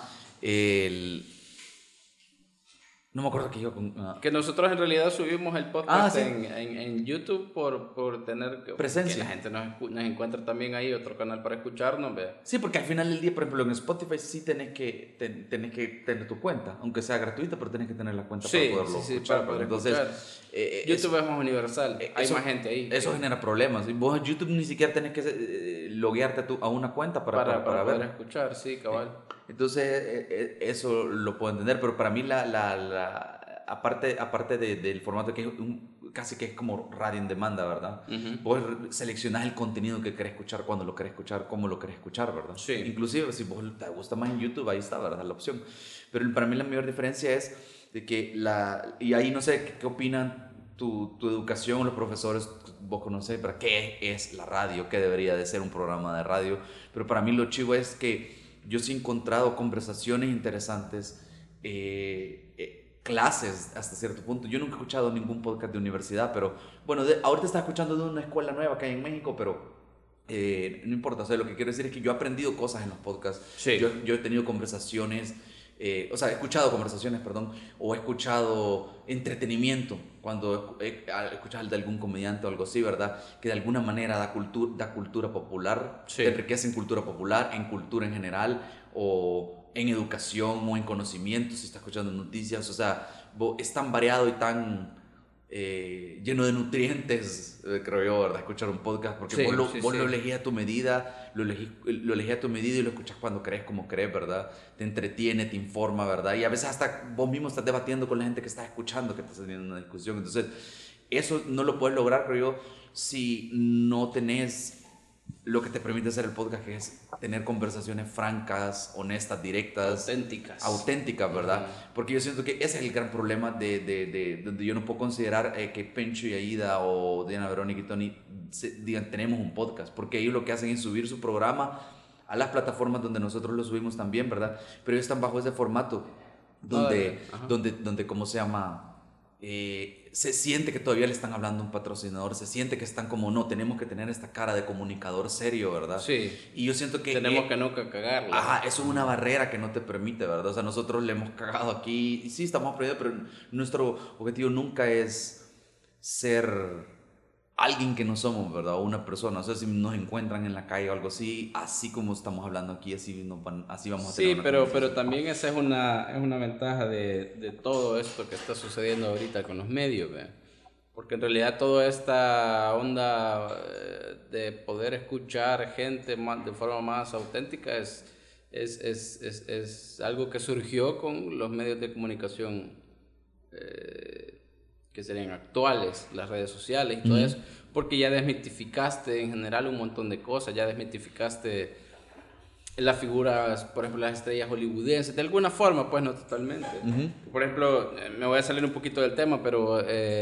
No me acuerdo que yo... Que nosotros en realidad subimos el podcast en YouTube por tener... presencia. Que la gente nos encuentra también ahí, otro canal para escucharnos, ¿ve? Sí, porque al final del día, por ejemplo, en Spotify sí tenés que tener tu cuenta, aunque sea gratuita, pero tenés que tener la cuenta para poderlo escuchar. Para poder Entonces, escuchar. YouTube es más universal, hay más gente ahí. Eso genera problemas. Vos en YouTube ni siquiera tenés que loguearte a una cuenta para poder escuchar, sí, cabal. Entonces, eso lo puedo entender, pero para mí aparte del formato que es casi que es como radio en demanda, ¿verdad? Vos seleccionás el contenido que querés escuchar, cuando lo querés escuchar, cómo lo querés escuchar, ¿verdad? Sí. Inclusive si vos te gusta más en YouTube, ahí está, ¿verdad? La opción. Pero para mí la mayor diferencia es de que y ahí no sé qué opinan tu educación, los profesores, vos conocés, pero qué es la radio, qué debería de ser un programa de radio. Pero para mí lo chivo es que yo sí he encontrado conversaciones interesantes, clases hasta cierto punto. Yo nunca he escuchado ningún podcast de universidad, pero bueno, ahorita estaba escuchando de una escuela nueva que hay en México, pero no importa. O sea, lo que quiero decir es que yo he aprendido cosas en los podcasts. Sí. Yo he tenido conversaciones, o sea, he escuchado conversaciones, perdón, o he escuchado entretenimiento cuando escuchas de algún comediante o algo así, ¿verdad? Que de alguna manera da cultura popular, Sí. te enriquece en cultura popular, en cultura en general, o en educación o en conocimiento, si estás escuchando noticias. O sea, es tan variado y tan lleno de nutrientes, creo yo, ¿verdad? Escuchar un podcast, porque Sí, vos lo elegís a tu medida, lo elegís a tu medida y lo escuchas cuando querés, como querés, ¿verdad? Te entretiene, te informa, ¿verdad? Y a veces hasta vos mismo estás debatiendo con la gente que estás escuchando, que estás teniendo una discusión. Entonces, eso no lo puedes lograr, creo yo, si no tenés lo que te permite hacer el podcast, que es tener conversaciones francas, honestas, directas, auténticas, ¿verdad? Porque yo siento que ese es el gran problema de donde yo no puedo considerar que Pencho y Aida o Diana, Verónica y Tony digan tenemos un podcast, porque ellos lo que hacen es subir su programa a las plataformas donde nosotros lo subimos también, ¿verdad? Pero ellos están bajo ese formato donde ¿cómo se llama? Se siente que todavía le están hablando a un patrocinador, se siente que están como, no, tenemos que tener esta cara de comunicador serio, ¿verdad? Sí. Y yo siento que tenemos que nunca cagarla. Ajá, eso es una barrera que no te permite, ¿verdad? O sea, nosotros le hemos cagado aquí, y sí, estamos aprendiendo, pero nuestro objetivo nunca es ser alguien que no somos, ¿verdad? O una persona. O sea, si nos encuentran en la calle o algo así, así como estamos hablando aquí, así vamos a tener Sí, una pero también esa es una ventaja de todo esto que está sucediendo ahorita con los medios, ¿ve? Porque en realidad toda esta onda de poder escuchar gente de forma más auténtica es algo que surgió con los medios de comunicación que serían actuales, las redes sociales y todo eso, porque ya desmitificaste en general un montón de cosas, ya desmitificaste las figuras, por ejemplo, las estrellas hollywoodenses, de alguna forma, pues no totalmente. Por ejemplo, me voy a salir un poquito del tema, pero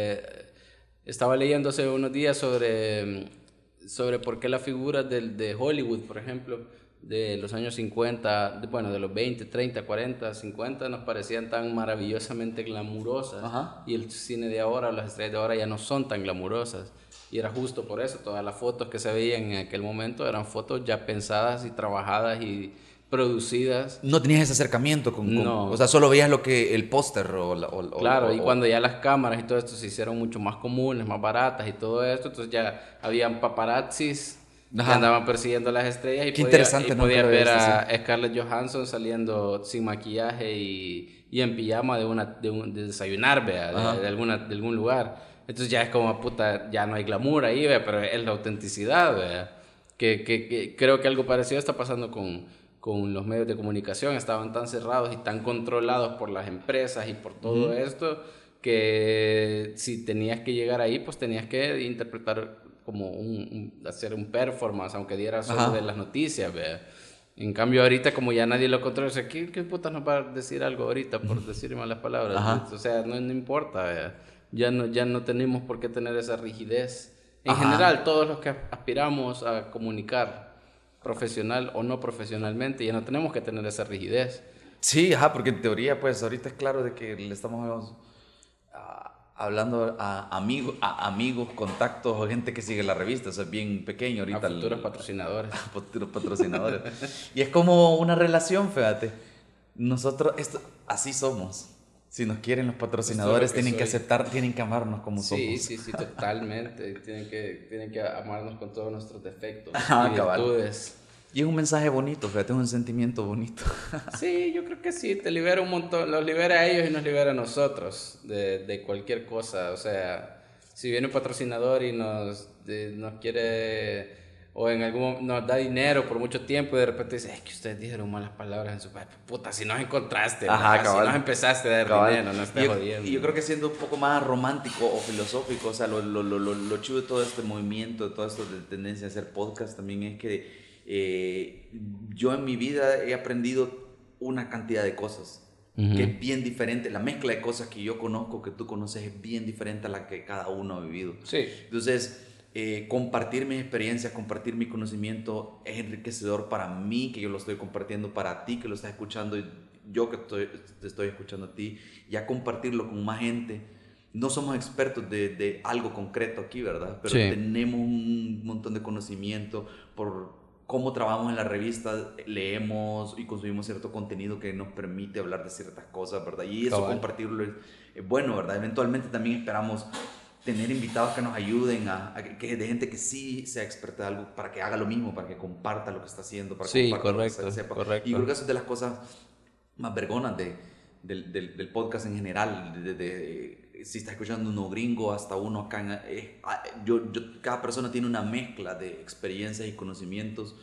estaba leyendo hace unos días sobre por qué las figuras de Hollywood, por ejemplo, de los años 50, de los 20, 30, 40, 50, nos parecían tan maravillosamente glamurosas. Y el cine de ahora, las estrellas de ahora ya no son tan glamurosas. Y era justo por eso, todas las fotos que se veían en aquel momento eran fotos ya pensadas y trabajadas y producidas. No tenías ese acercamiento No. O sea, solo veías el póster Claro, y cuando ya las cámaras y todo esto se hicieron mucho más comunes, más baratas y todo esto, entonces ya habían paparazzis que andaban persiguiendo las estrellas y podías ver a Scarlett Johansson saliendo sin maquillaje y en pijama de desayunar, ¿vea? de algún lugar. Entonces ya es como, puta, ya no hay glamour ahí, ¿vea? Pero es la autenticidad, ¿vea? Que creo que algo parecido está pasando con los medios de comunicación. Estaban tan cerrados y tan controlados por las empresas y por todo esto, que si tenías que llegar ahí, pues tenías que interpretar como hacer un performance, aunque diera solo de las noticias, ¿vea? En cambio ahorita como ya nadie lo controla, o sea, ¿qué puta nos va a decir algo ahorita por decir malas palabras? O sea, no importa, ¿vea? Ya no tenemos por qué tener esa rigidez. En general, todos los que aspiramos a comunicar profesional o no profesionalmente, ya no tenemos que tener esa rigidez. Sí, porque en teoría, pues ahorita es claro de que le estamos hablando a amigos, contactos o gente que sigue la revista. O sea, es bien pequeño ahorita. A futuros patrocinadores. Futuros patrocinadores. Y es como una relación, fíjate. Nosotros, así somos. Si nos quieren los patrocinadores, tienen que aceptar, tienen que amarnos como somos. Sí, totalmente. Tienen que amarnos con todos nuestros defectos y cabal. virtudes. Y es un mensaje bonito, fíjate, es un sentimiento bonito. Sí, yo creo que sí, te libera un montón, los libera a ellos y nos libera a nosotros de cualquier cosa. O sea, si viene un patrocinador y nos quiere o en algún nos da dinero por mucho tiempo y de repente dice, es que ustedes dijeron malas palabras en su puta, si nos encontraste, Ajá, si nos empezaste a dar dinero, no estés jodiendo. Y yo creo que siendo un poco más romántico o filosófico, o sea, lo chido de todo este movimiento, de todo esto de tendencia a hacer podcast también es que yo en mi vida he aprendido una cantidad de cosas que es bien diferente. La mezcla de cosas que yo conozco, que tú conoces, es bien diferente a la que cada uno ha vivido. Sí. Entonces, compartir mis experiencias, compartir mi conocimiento es enriquecedor para mí, que yo lo estoy compartiendo, para ti que lo estás escuchando y yo que te estoy escuchando a ti, ya compartirlo con más gente. No somos expertos de algo concreto aquí, ¿verdad? Pero tenemos un montón de conocimiento por cómo trabajamos en la revista, leemos y consumimos cierto contenido que nos permite hablar de ciertas cosas, ¿verdad? Y eso compartirlo es bueno, ¿verdad? Eventualmente también esperamos tener invitados que nos ayuden de gente que sí sea experta de algo, para que haga lo mismo, para que comparta lo que está haciendo, para que comparta correcto, lo que sepa. correcto. Y creo que eso es de las cosas más vergonas del podcast en general, si estás escuchando uno gringo hasta uno acá, cada persona tiene una mezcla de experiencias y conocimientos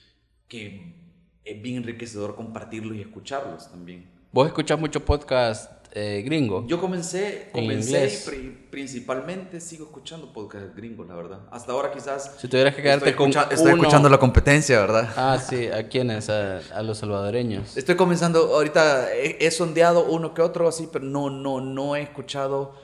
que es bien enriquecedor compartirlos y escucharlos también. ¿Vos escuchás mucho podcast gringo? Yo comencé inglés. Principalmente sigo escuchando podcast gringos, la verdad. Hasta ahora quizás... Si tuvieras que quedarte estoy escuchando la competencia, ¿verdad? Ah, sí. ¿A quiénes? A los salvadoreños. Estoy comenzando, ahorita he sondeado uno que otro así, pero no he escuchado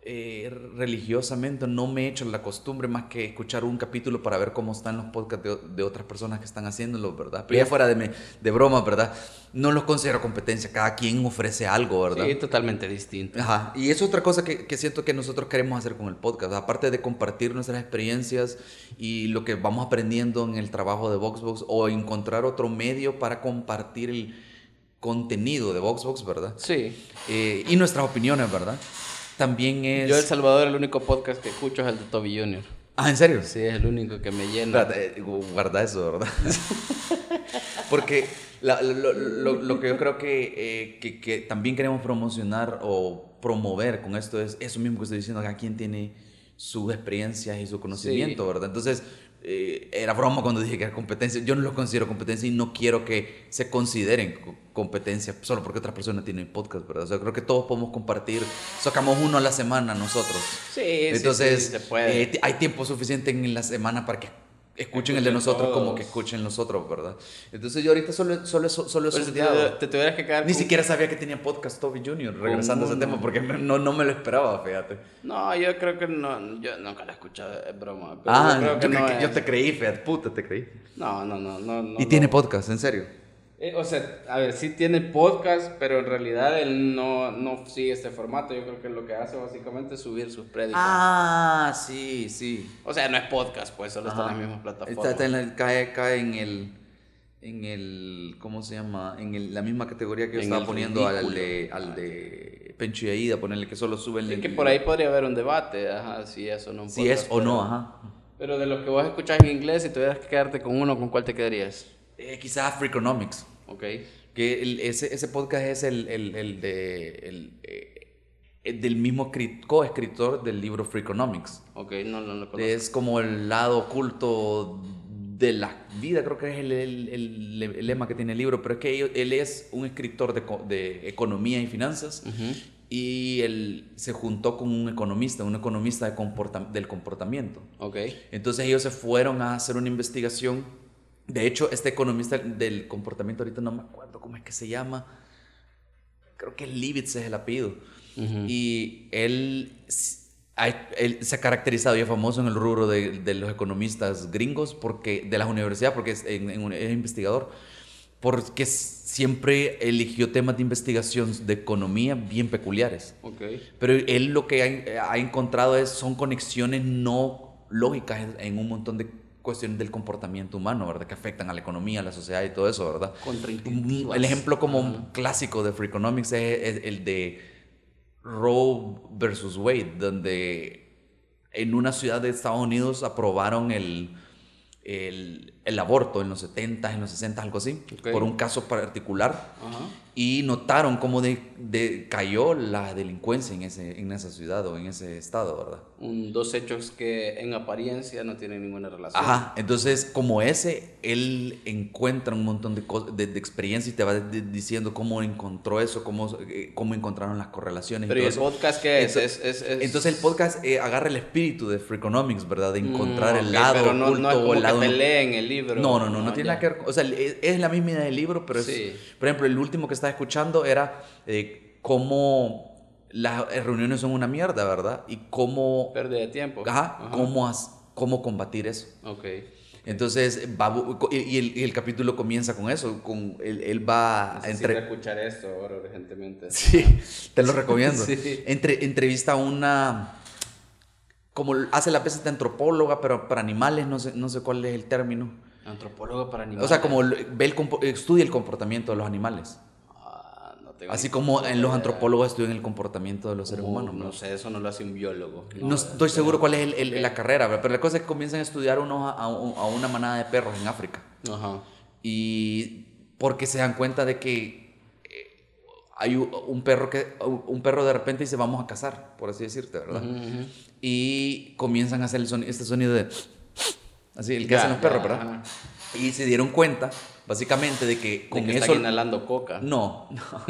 religiosamente, no me he hecho la costumbre más que escuchar un capítulo para ver cómo están los podcasts de otras personas que están haciéndolo, ¿verdad? Pero ya fuera de broma, ¿verdad? No los considero competencia, cada quien ofrece algo, ¿verdad? Sí, totalmente distinto. Ajá, y es otra cosa que siento que nosotros queremos hacer con el podcast, aparte de compartir nuestras experiencias y lo que vamos aprendiendo en el trabajo de VoxBox, o encontrar otro medio para compartir el contenido de VoxBox, ¿verdad? Sí. Y nuestras opiniones, ¿verdad? También es... Yo, El Salvador, el único podcast que escucho es el de Toby Jr. Ah, ¿en serio? Sí, es el único que me llena. Espérate, guarda eso, ¿verdad? Porque lo que yo creo que también queremos promocionar o promover con esto es eso mismo que estoy diciendo, cada quien tiene sus experiencias y su conocimiento, ¿verdad? Entonces, era broma cuando dije que era competencia. Yo no lo considero competencia y no quiero que se consideren competencia solo porque otras personas tienen podcast, ¿verdad? O sea, creo que todos podemos compartir. Sacamos uno a la semana nosotros. Sí, entonces, sí, se puede. Hay tiempo suficiente en la semana para que escuchen el de nosotros como que escuchen los otros, ¿verdad? Entonces yo ahorita solo he sondeado. Te tuvieras que quedar Ni siquiera sabía que tenía podcast Toby Jr. regresando a ese tema porque no me lo esperaba, fíjate. No, yo creo que no, yo nunca lo he escuchado, es broma. Pero yo creo que yo te creí, fíjate, puta, te creí. No. ¿Y tiene podcast, en serio? O sea, a ver, sí tiene podcast, pero en realidad él no sigue este formato. Yo creo que lo que hace básicamente es subir sus prédicas. Ah, sí. O sea, no es podcast, pues, solo está en las mismas plataformas. Cae en el, ¿cómo se llama? La misma categoría que yo estaba poniendo al de Pencho y Aida, ponerle que solo suben... Es que por ahí podría haber un debate, ajá, si eso no. Si es o no, ajá. Pero de los que vos escuchás en inglés, si tuvieras que quedarte con uno, ¿con cuál te quedarías? Quizás Freakonomics. Ok. Que ese podcast es del mismo coescritor del libro Freakonomics. Ok, no lo conozco. Es como el lado oculto de la vida, creo que es el lema que tiene el libro, pero es que él es un escritor de economía y finanzas. Y él se juntó con un economista del comportamiento. Okay. Entonces ellos se fueron a hacer una investigación. De hecho, este economista del comportamiento, ahorita no me acuerdo cómo es que se llama, creo que Leibniz es el apellido. Y él se ha caracterizado y es famoso en el rubro de los economistas gringos, de las universidades, porque es investigador, porque siempre eligió temas de investigación de economía bien peculiares. Okay. Pero él lo que ha encontrado son conexiones no lógicas en un montón de cuestiones del comportamiento humano, ¿verdad? Que afectan a la economía, a la sociedad y todo eso, ¿verdad? Contraintuitivas. El ejemplo como un clásico de Freakonomics es el de Roe versus Wade, donde en una ciudad de Estados Unidos aprobaron el aborto en los 70, en los 60, algo así, Okay. por un caso particular. Ajá. Y notaron cómo cayó la delincuencia en esa ciudad o en ese estado, ¿verdad? Dos hechos que en apariencia no tienen ninguna relación. Ajá, entonces como él encuentra un montón de cosas, de experiencia y te va diciendo cómo encontró eso, cómo encontraron las correlaciones. Pero y ¿y todo el eso. podcast qué es? Entonces el podcast agarra el espíritu de Freakonomics, ¿verdad? De encontrar el Ok, lado pero no, oculto no es como o el lado... que peleen el libro. No tiene ya. nada que ver. O sea, es la misma idea del libro, pero Sí. por ejemplo, el último que estaba escuchando era cómo las reuniones son una mierda, ¿verdad? Y cómo... Pérdida de tiempo. Ajá. Cómo combatir eso. Ok. Entonces, el capítulo comienza con eso, él va Necesito escuchar esto ahora urgentemente. Sí, te lo recomiendo. Sí. Entrevista a una, como hace la veces de antropóloga, pero para animales, no sé cuál es el término. Antropólogo para animales. O sea, como estudia el comportamiento de los animales. No tengo Así ni como puta en los idea. antropólogos estudian el comportamiento de los seres humanos. No sé, eso no lo hace un biólogo. No estoy seguro cuál es Ok. la carrera, pero la cosa es que comienzan a estudiar a una manada de perros en África. Ajá. Y porque se dan cuenta de que hay un perro de repente dice vamos a cazar, por así decirte, ¿verdad? Ujú. Y comienzan a hacer este sonido de así, el que hacen los perros, ¿verdad? Ajá. Y se dieron cuenta, básicamente, de que con De que eso... están inhalando coca. No,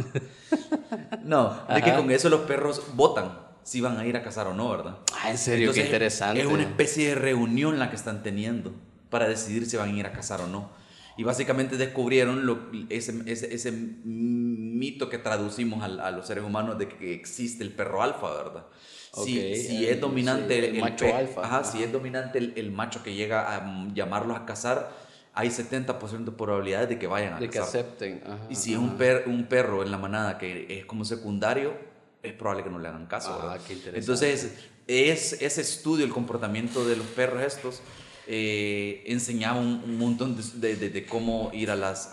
de que con eso los perros votan si van a ir a cazar o no, ¿verdad? En serio, Entonces, qué interesante. Es una especie de reunión la que están teniendo para decidir si van a ir a cazar o no. Y básicamente descubrieron ese mito que traducimos a los seres humanos de que existe el perro alfa, ¿verdad? Si es dominante sí, el macho alfa. Ajá, si es dominante el macho que llega a llamarlos a cazar, hay 70% de probabilidades de que vayan a de que cazar. acepten. Ajá, Y si es un perro en la manada que es como secundario, es probable que no le hagan caso, ¿verdad? Qué interesante. Entonces, ese estudio, el comportamiento de los perros estos, enseñaba un montón de cómo ir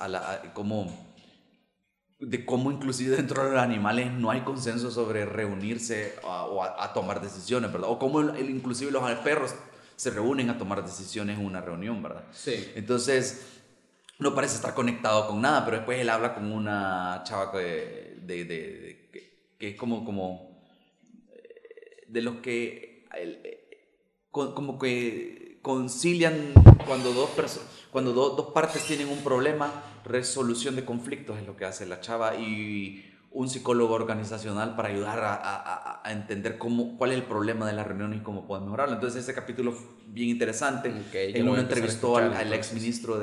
de cómo inclusive dentro de los animales no hay consenso sobre reunirse o a tomar decisiones, ¿verdad? O cómo inclusive los perros se reúnen a tomar decisiones en una reunión, ¿verdad? Sí. Entonces, no parece estar conectado con nada, pero después él habla con una chava que es como de los que como que concilian cuando dos partes tienen un problema, resolución de conflictos es lo que hace la chava, y un psicólogo organizacional para ayudar a entender cuál es el problema de las reuniones y cómo pueden mejorarlo. Entonces ese capítulo fue bien interesante. Okay, En uno entrevistó al ex ministro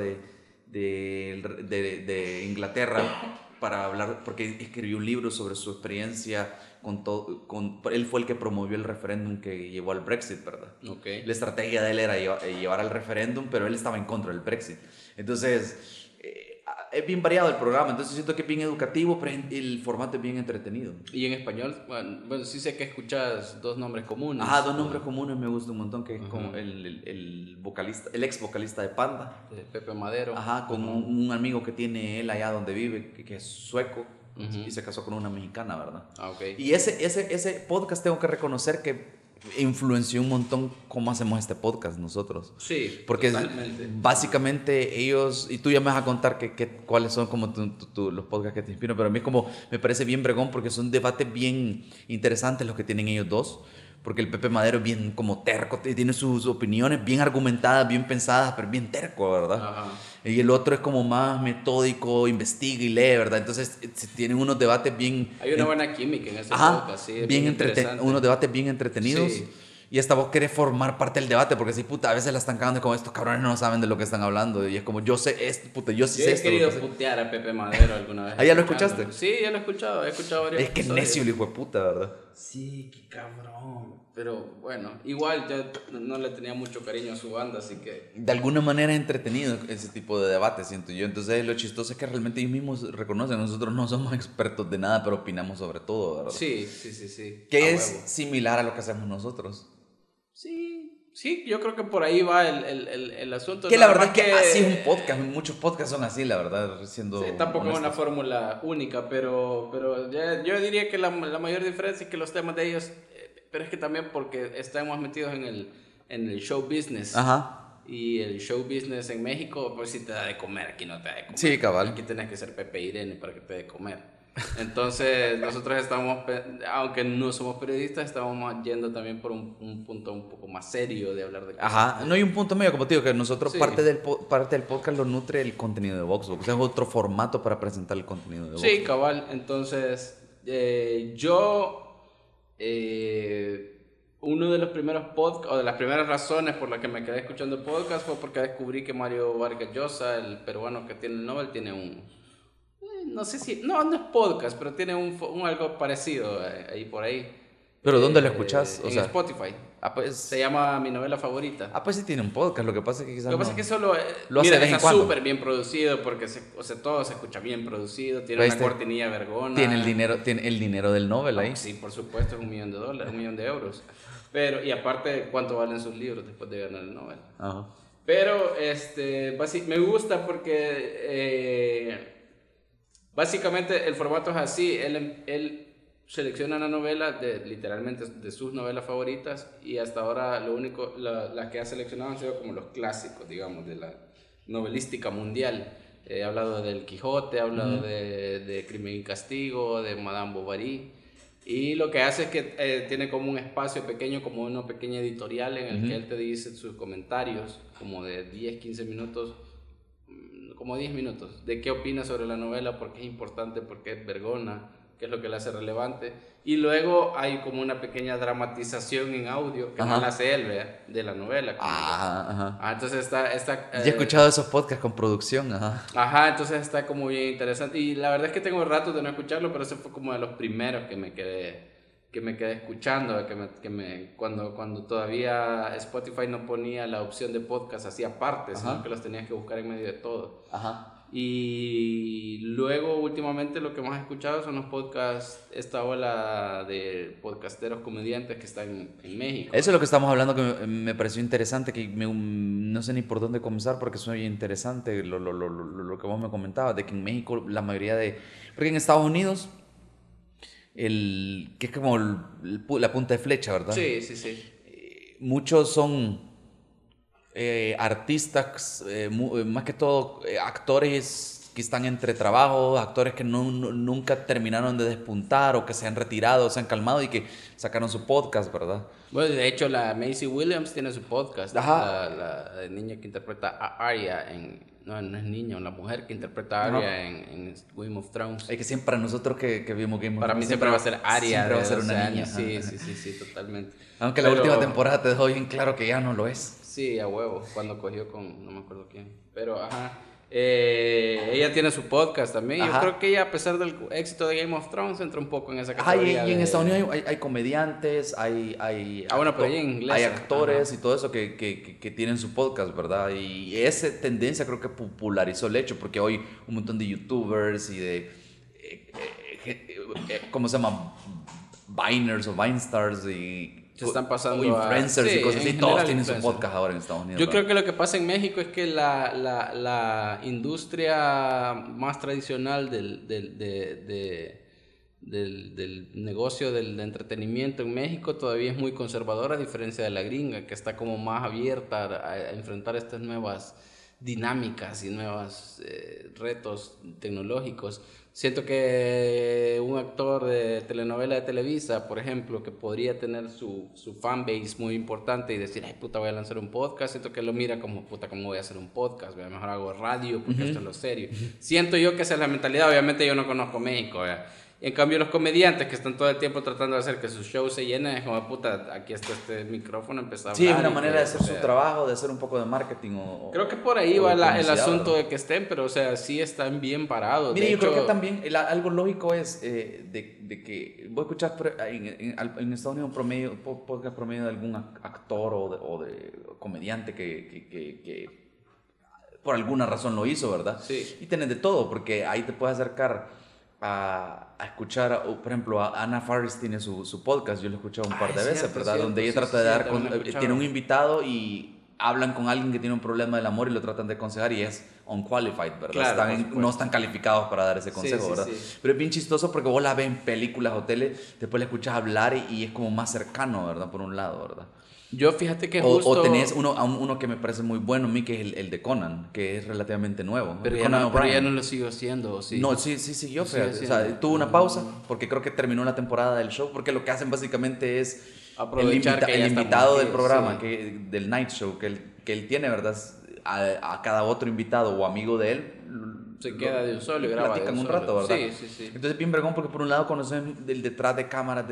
de Inglaterra para hablar, porque escribió un libro sobre su experiencia él fue el que promovió el referéndum que llevó al Brexit, ¿verdad? Okay. La estrategia de él era llevar al referéndum, pero él estaba en contra del Brexit. Entonces, es bien variado el programa, entonces siento que es bien educativo, pero el formato es bien entretenido. Y en español, bueno, sí sé que escuchas dos nombres comunes. Dos nombres comunes me gusta un montón, que es como el vocalista, el ex vocalista de Panda. De Pepe Madero. Con un amigo que tiene él allá donde vive, que es sueco. Y se casó con una mexicana, ¿verdad? Okay. Y ese podcast tengo que reconocer que influenció un montón cómo hacemos este podcast nosotros. Sí, porque totalmente. Básicamente ellos, y tú ya me vas a contar cuáles son como los podcasts que te inspiran, pero a mí me parece bien bregón porque son debates bien interesantes los que tienen ellos dos. Porque el Pepe Madero es bien como terco, tiene sus opiniones bien argumentadas, bien pensadas, pero bien terco, ¿verdad? Ajá. Y el otro es como más metódico, investiga y lee, ¿verdad? Entonces tienen unos debates bien... Hay una buena química en ese podcast, sí. Bien unos debates bien entretenidos. Sí. Y hasta vos querés formar parte del debate, porque si, puta, a veces la están cagando como estos cabrones no saben de lo que están hablando. Y es como, yo sé esto, puta, yo sí sé esto. Yo he querido putear a Pepe Madero alguna vez. ¿Ya lo escuchaste? Sí, ya lo he escuchado varios Es que necio el hijo de puta, ¿verdad? Sí, qué cabrón. Pero bueno, igual yo no le tenía mucho cariño a su banda, así que... De alguna manera es entretenido ese tipo de debate, siento yo. Entonces lo chistoso es que realmente ellos mismos reconocen, nosotros no somos expertos de nada, pero opinamos sobre todo, ¿verdad? Sí. Que es similar a lo que hacemos nosotros. Sí, yo creo que por ahí va el asunto. Que la verdad es que así es un podcast, muchos podcasts son así, la verdad, siendo tampoco honestos. es una fórmula única, pero yo diría que la mayor diferencia es que los temas de ellos, pero es que también porque estamos metidos en el show business. Ajá. Y el show business en México, pues sí te da de comer, aquí no te da de comer. Sí, cabal. Aquí tenés que ser Pepe Irene para que te dé de comer. Entonces, nosotros estamos, aunque no somos periodistas, estamos yendo también por un punto un poco más serio de hablar de cosas. Ajá, no hay un punto medio, como te digo, que nosotros Sí. parte del podcast lo nutre el contenido de VoxBox. Es otro formato para presentar el contenido de VoxBox. Sí, cabal. Entonces, uno de los primeros podcasts, o de las primeras razones por las que me quedé escuchando podcast fue porque descubrí que Mario Vargas Llosa, el peruano que tiene el Nobel, tiene no sé si, no es podcast, pero tiene un algo parecido ahí por ahí. ¿Pero dónde lo escuchas? O En sea, Spotify. pues, Se llama Mi Novela Favorita. pues sí tiene un podcast, lo que pasa es que quizás Lo que pasa es que solo lo hace de vez en está cuando. súper bien producido porque todo se escucha bien producido, tiene Pero una cortinilla vergona. tiene el dinero del Nobel ahí. Sí, por supuesto, es $1 millón, $1 millón de euros. Pero, y aparte, ¿cuánto valen sus libros después de ganar el Nobel? Ajá. Pero, me gusta porque básicamente el formato es así. Él selecciona una novela, literalmente de sus novelas favoritas, y hasta ahora las que ha seleccionado han sido como los clásicos, digamos, de la novelística mundial. He hablado del Quijote, he hablado de Crimen y Castigo, de Madame Bovary. Y lo que hace es que tiene como un espacio pequeño, como una pequeña editorial en el que él te dice sus comentarios, como de 10, 15 minutos, como 10 minutos, de qué opina sobre la novela, por qué es importante, por qué es vergona, qué es lo que la hace relevante. Y luego hay como una pequeña dramatización en audio que no la hace él, ¿verdad? De la novela. Ajá. Entonces está Ya he escuchado esos podcasts con producción, ajá. Ajá, entonces está como bien interesante. Y la verdad es que tengo rato de no escucharlo, pero ese fue como de los primeros que me quedé escuchando, cuando todavía Spotify no ponía la opción de podcast así aparte, sino que los tenías que buscar en medio de todo. Ajá. Y luego últimamente lo que más he escuchado son los podcasts, esta ola de podcasteros comediantes que están en México. Eso es lo que estamos hablando, que me pareció interesante, que no sé ni por dónde comenzar porque suena bien interesante lo que vos me comentabas, de que en México la mayoría porque en Estados Unidos, que es como la punta de flecha, ¿verdad? Sí. Muchos son artistas, más que todo actores que están entre trabajos, actores que nunca terminaron de despuntar o que se han retirado, se han calmado y que sacaron su podcast, ¿verdad? Bueno, de hecho la Maisie Williams tiene su podcast. Ajá. La niña que interpreta a Arya no es niña, la mujer que interpreta a Arya en Game of Thrones. Es que siempre para nosotros que vimos Game of Thrones, para mí siempre va a ser Arya. Siempre va a ser una niña. Sí, totalmente. Aunque la última temporada te dejó bien claro que ya no lo es. Sí, a huevo, cuando cogió con no me acuerdo quién. Pero ajá. Ella tiene su podcast también. Ajá. Yo creo que ella, a pesar del éxito de Game of Thrones, entra un poco en esa categoría. Y en Estados Unidos hay comediantes, hay pero ella en inglés. hay actores y todo eso que tienen su podcast, ¿verdad? Y esa tendencia creo que popularizó el hecho, porque hoy un montón de youtubers y de ¿cómo se llama? Viners o Vinestars y se están pasando o influencers y cosas así, todos tienen su influencers. podcast ahora en Estados Unidos. Yo creo que lo que pasa en México es que la industria más tradicional del negocio del entretenimiento en México todavía es muy conservadora, a diferencia de la gringa, que está como más abierta a enfrentar estas nuevas dinámicas y nuevos retos tecnológicos. Siento que un actor de telenovela de Televisa, por ejemplo, que podría tener su fanbase muy importante y decir, ay puta, voy a lanzar un podcast, siento que lo mira como, puta, ¿cómo voy a hacer un podcast? Mejor hago radio porque esto es lo serio. Siento yo que esa es la mentalidad. Obviamente yo no conozco México, ¿verdad? En cambio, los comediantes que están todo el tiempo tratando de hacer que sus shows se llenen, es como, puta, aquí está este micrófono, empezar a hablar. Sí, es una manera de hacer su trabajo, de hacer un poco de marketing. Creo que por ahí va el asunto de que estén, pero o sea, sí están bien parados. Mire, yo creo que también algo lógico es de que vos escuchás en Estados Unidos un podcast promedio de algún actor o de comediante que por alguna razón lo hizo, ¿verdad? Sí. Y tenés de todo, porque ahí te puedes acercar a escuchar, por ejemplo, a Anna Faris tiene su podcast, yo lo he escuchado un par de veces, ¿verdad? Donde ella trata de dar, tiene un invitado y hablan con alguien que tiene un problema del amor y lo tratan de aconsejar y es unqualified, ¿verdad? Claro, no están calificados para dar ese consejo, ¿verdad? Sí. Pero es bien chistoso porque vos la ves en películas o tele, después la escuchas hablar y es como más cercano, ¿verdad? Por un lado, ¿verdad? Yo fíjate que O tenés uno que me parece muy bueno a mí, que es el de Conan, que es relativamente nuevo. Pero ya, Conan no, pero ya O'Brien. no lo sigo haciendo, ¿o sí? No, sí, siguió, Lo sigue fíjate. O sea, haciendo. tuvo una pausa, porque creo que terminó la temporada del show, porque lo que hacen básicamente es Aprovechar que ya el estamos invitado del aquí, programa, sí. del Night Show, que él tiene, ¿verdad? A cada otro invitado o amigo de él, Se queda de un solo y graba de platican un un solo. rato, ¿verdad? Sí, sí, sí. Entonces, bien vergón, porque por un lado conocen el detrás de cámaras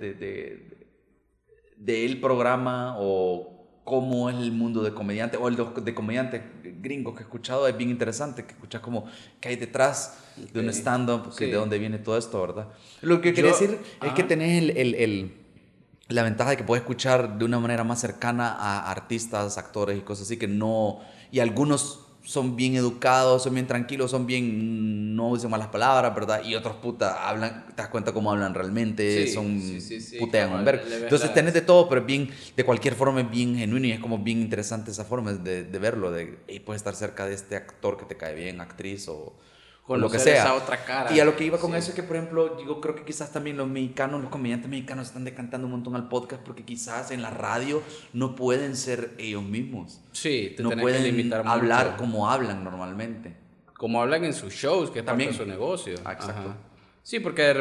del programa o cómo es el mundo de comediante o el de comediante gringo que he escuchado, es bien interesante, que escuchas como que hay detrás de un stand-up, Sí. de dónde viene todo esto, ¿verdad? Lo que quería decir es que tenés la ventaja de que puedes escuchar de una manera más cercana a artistas, actores y cosas así que no... Y algunos son bien educados, son bien tranquilos, son bien... no dicen malas palabras, ¿verdad? Y otros, puta, hablan... te das cuenta cómo hablan realmente, Sí, son... sí, putean como un vergo. le ves Entonces tenés de todo, pero es bien... de cualquier forma es bien genuino y es como bien interesante esa forma de verlo, de... y puedes estar cerca de este actor que te cae bien, actriz o lo que sea. Esa otra cara. Y a lo que iba con Sí. eso es que, por ejemplo, yo creo que quizás también los mexicanos, los comediantes mexicanos están decantando un montón al podcast porque quizás en la radio no pueden ser ellos mismos. Sí, te No tenés que pueden limitar hablar mucho. como hablan normalmente. Como hablan en sus shows, que es parte También. de su negocio. Ah, exacto. Ajá. Sí, porque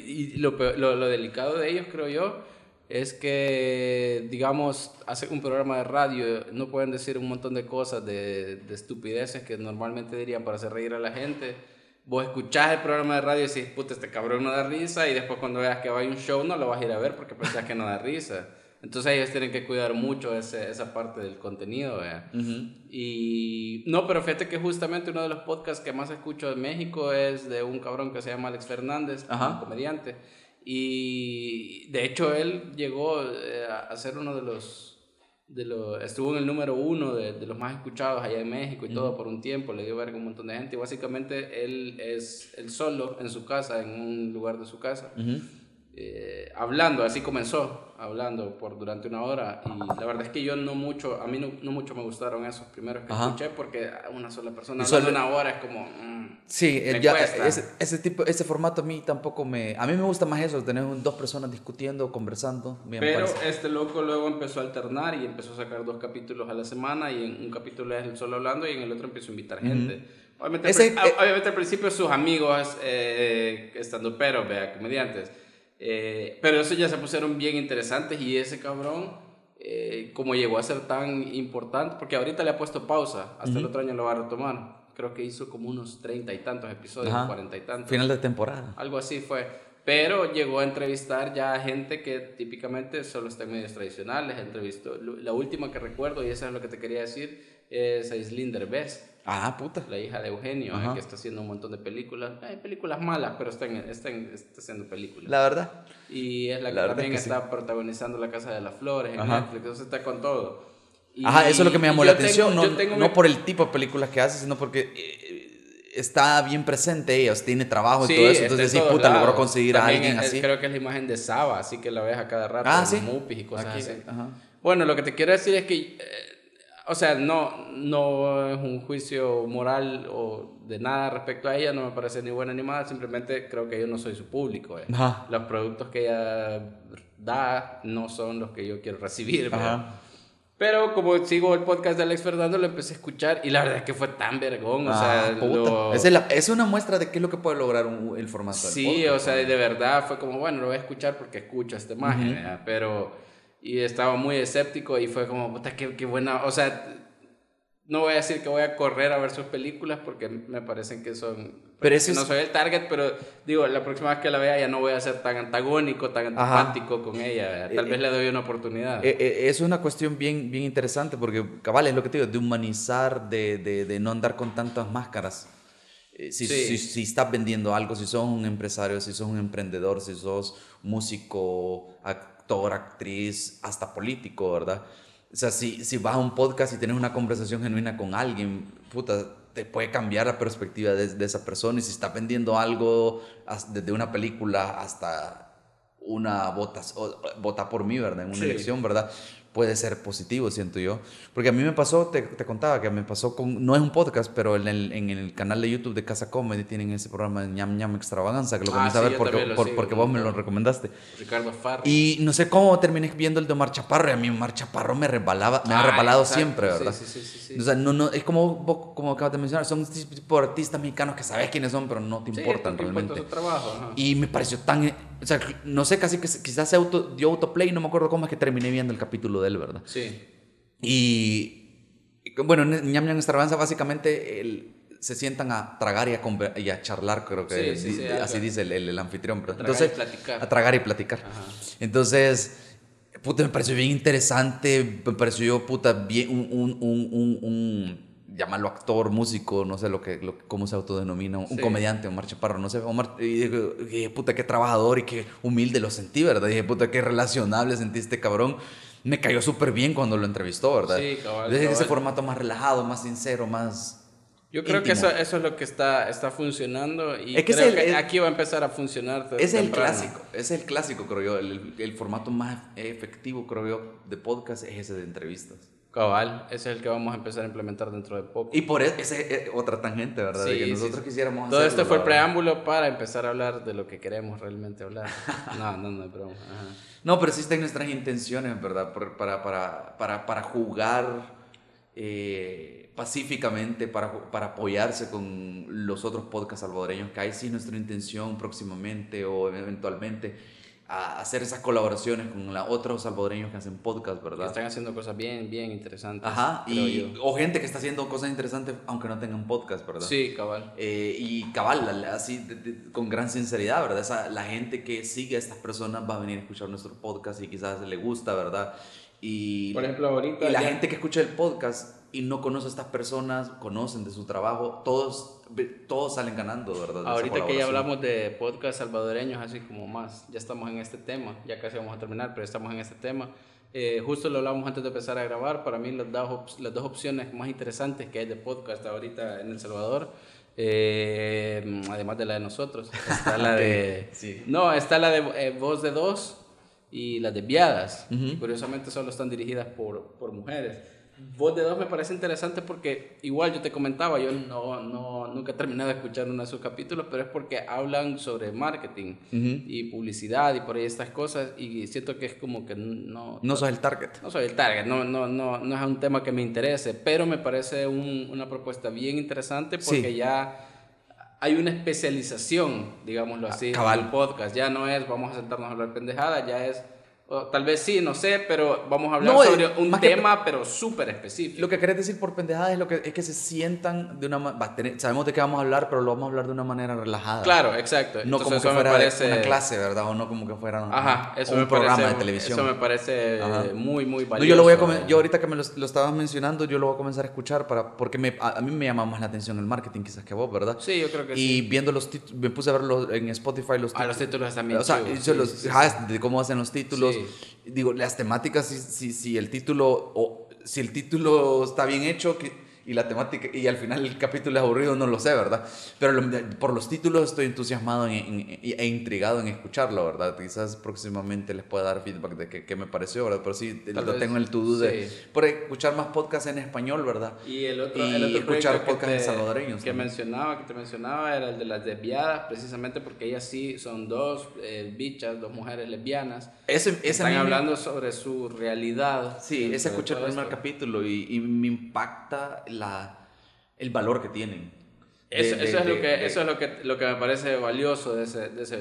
lo delicado de ellos, creo yo, es que, digamos, hacen un programa de radio, no pueden decir un montón de cosas, de estupideces que normalmente dirían para hacer reír a la gente. Vos escuchás el programa de radio y decís, puta, este cabrón no da risa, y después cuando veas que va a un show no lo vas a ir a ver porque pensás que no da risa. Entonces ellos tienen que cuidar mucho esa parte del contenido, ¿verdad? Y no, pero fíjate que justamente uno de los podcasts que más escucho en México es de un cabrón que se llama Alex Fernández, un comediante. Y de hecho él llegó a ser uno de los estuvo en el número 1 de los más escuchados allá en México y todo por un tiempo, le dio verga a un montón de gente y básicamente él es él solo en su casa, en un lugar de su casa. Hablando, así comenzó, hablando durante una hora, y la verdad es que yo no mucho me gustaron esos primeros que escuché, porque una sola persona hablando una hora es como sí, me ya, cuesta. ese formato a mí tampoco a mí me gusta más eso, tener dos personas discutiendo, conversando. Pero este loco luego empezó a alternar y empezó a sacar 2 capítulos a la semana, y en un capítulo es él solo hablando y en el otro empezó a invitar gente. Obviamente al principio sus amigos estando pero, comediantes. Pero eso ya se pusieron bien interesantes, y ese cabrón como llegó a ser tan importante, porque ahorita le ha puesto pausa, hasta el otro año lo va a retomar, creo que hizo como unos 30 y tantos episodios, 40 y tantos, final de temporada, algo así fue, pero llegó a entrevistar ya a gente que típicamente solo está en medios tradicionales. Entrevistó, la última que recuerdo, y eso es lo que te quería decir, es a Aislinn Derbez. Puta. La hija de Eugenio, que está haciendo un montón de películas. Hay películas malas, pero está haciendo películas. La verdad. Y es la que también está protagonizando La Casa de las Flores en Netflix. Entonces está con todo. Eso es lo que me llamó la atención. No por el tipo de películas que hace, sino porque está bien presente ella, tiene trabajo y todo eso. Entonces sí, puta, logró conseguir también a alguien así. Creo que es la imagen de Saba, así que la ves a cada rato ¿sí? en Mupis y cosas así. Bueno, lo que te quiero decir es que o sea, no es un juicio moral o de nada respecto a ella, no me parece ni buena ni mala, simplemente creo que yo no soy su público. Los productos que ella da no son los que yo quiero recibir. Pero como sigo el podcast de Alex Fernando, lo empecé a escuchar y la verdad es que fue tan vergón. Es una muestra de qué es lo que puede lograr el formato del podcast. Sí, o sea, de verdad fue como, bueno, lo voy a escuchar porque escucho esta imagen, pero... Y estaba muy escéptico y fue como, puta, qué buena... O sea, no voy a decir que voy a correr a ver sus películas porque me parecen que son... Pero no soy el target, pero digo, la próxima vez que la vea ya no voy a ser tan antagónico, tan antipático con ella. Tal vez le doy una oportunidad. Es una cuestión bien interesante porque, cabal, es lo que te digo, de humanizar, de no andar con tantas máscaras. Si estás vendiendo algo, si sos un empresario, si sos un emprendedor, si sos músico, actor, actriz, hasta político, ¿verdad? O sea, si vas a un podcast y tienes una conversación genuina con alguien, puta, te puede cambiar la perspectiva de esa persona. Y si estás vendiendo algo, desde una película hasta una vota por mí, ¿verdad? En una elección, ¿verdad? puede ser positivo, siento yo. Porque a mí me pasó, te contaba que me pasó con, no es un podcast, pero en el canal de YouTube de Casa Comedy tienen ese programa de ñam ñam extravaganza, que lo comencé a ver porque vos me lo recomendaste. Ricardo Farri. Y no sé cómo terminé viendo el de Omar Chaparro, y a mí Omar Chaparro me ha resbalado exacto, siempre, ¿verdad? Sí. O sea, no, es como acabas de mencionar, son tipo de artistas mexicanos que sabes quiénes son, pero no te importan realmente. Importa su trabajo, ajá. Y me pareció tan... O sea, no sé, casi que quizás dio autoplay, no me acuerdo cómo es que terminé viendo el capítulo de él, ¿verdad? Sí. Y bueno, ñam ñam extravaganza básicamente se sientan a tragar y a charlar, creo que así dice el anfitrión, ¿verdad? Entonces, a tragar y platicar. Ajá. Entonces, puta, me pareció bien interesante, me pareció, puta, bien llamarlo actor, músico, no sé cómo se autodenomina, un comediante, Omar Chaparro, no sé, Omar, y dije, puta, qué trabajador y qué humilde lo sentí, ¿verdad? Y dije, puta, qué relacionable sentí este cabrón. Me cayó súper bien cuando lo entrevistó, ¿verdad? Sí, cabal. Desde ese formato más relajado, más sincero, más yo creo íntimo. Que eso es lo que está funcionando y es que creo que aquí va a empezar a funcionar. Es el clásico, creo yo. El formato más efectivo, creo yo, de podcast es ese de entrevistas. Cabal, ese es el que vamos a empezar a implementar dentro de poco. Y por eso, esa es otra tangente, ¿verdad? De que nosotros quisiéramos todo hacerlo. esto fue el preámbulo para empezar a hablar de lo que queremos realmente hablar. No, broma. Ajá. No, pero sí están nuestras intenciones, ¿verdad? Para jugar pacíficamente, para apoyarse con los otros podcasts salvadoreños, que hay sí nuestra intención próximamente o eventualmente a hacer esas colaboraciones con otros salvadoreños que hacen podcast, ¿verdad? Que están haciendo cosas bien interesantes. Ajá, o gente que está haciendo cosas interesantes aunque no tengan podcast, ¿verdad? Sí, cabal. Y cabal, así con gran sinceridad, ¿verdad? La gente que sigue a estas personas va a venir a escuchar nuestro podcast y quizás le gusta, ¿verdad? Y, por ejemplo, ahorita... Y la gente que escucha el podcast y no conoce a estas personas, conocen de su trabajo, todos salen ganando, ¿verdad? Ahorita que ya hablamos de podcast salvadoreños, así como más, ya estamos en este tema, ya casi vamos a terminar, pero estamos en este tema. Justo lo hablamos antes de empezar a grabar. Para mí las dos opciones más interesantes que hay de podcast ahorita en El Salvador, además de la de nosotros, está la de... sí. No, está la de Voz de Dos y las desviadas. Y curiosamente solo están dirigidas por mujeres. Voz de Dos me parece interesante porque igual yo te comentaba, yo nunca he terminado de escuchar uno de sus capítulos, pero es porque hablan sobre marketing y publicidad y por ahí estas cosas, y siento que es como que no sos el target. No soy el target, no es un tema que me interese, pero me parece una propuesta bien interesante porque ya hay una especialización, digámoslo así, en el podcast. Ya no es vamos a sentarnos a hablar pendejadas, ya es... O tal vez sí, no sé, pero vamos a hablar sobre un tema, pero súper específico. Lo que querés decir por pendejada es que se sientan de una manera... Sabemos de qué vamos a hablar, pero lo vamos a hablar de una manera relajada. Claro, exacto. No entonces, como que fuera una clase, ¿verdad? O no como que fuera un programa de televisión. Eso me parece muy valioso. No, yo ahorita que me lo estabas mencionando, yo lo voy a comenzar a escuchar porque a mí me llama más la atención el marketing quizás que a vos, ¿verdad? Sí, yo creo que sí. Y viendo los títulos, me puse a verlo en Spotify los títulos. Los títulos también. O sea, de cómo hacen los títulos. Sí. Digo, las temáticas, si el título está bien hecho y la temática y al final el capítulo es aburrido, no lo sé, ¿verdad? Pero por los títulos estoy entusiasmado e intrigado en escucharlo, ¿verdad? Quizás próximamente les pueda dar feedback de qué me pareció, ¿verdad? Pero sí, lo tengo en el to-do de por escuchar más podcasts en español, ¿verdad? Y el otro escuchar podcasts salvadoreños. Que te mencionaba era el de las desviadas, precisamente porque ellas sí son dos mujeres lesbianas. Están hablando sobre su realidad. Sí, ese escuché el primer capítulo y me impacta el valor que tienen. Eso es lo que me parece valioso de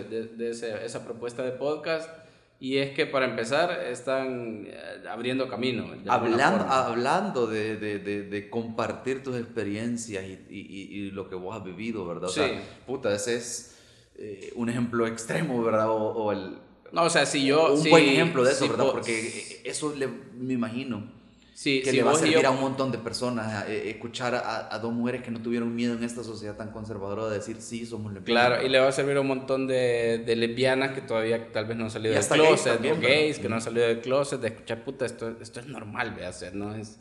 esa propuesta de podcast, y es que para empezar están abriendo camino. Hablando de compartir tus experiencias y lo que vos has vivido, ¿verdad? O sea, puta, ese es un ejemplo extremo, ¿verdad? No, o sea, un buen ejemplo de eso, ¿verdad? Porque eso me imagino que le va a servir a un montón de personas escuchar a dos mujeres que no tuvieron miedo en esta sociedad tan conservadora de decir sí, somos lesbianas. Claro, y le va a servir a un montón de lesbianas que todavía tal vez no han salido del closet, o gays que no han salido del closet, de escuchar, puta, esto es normal, ¿ve? O sea, no es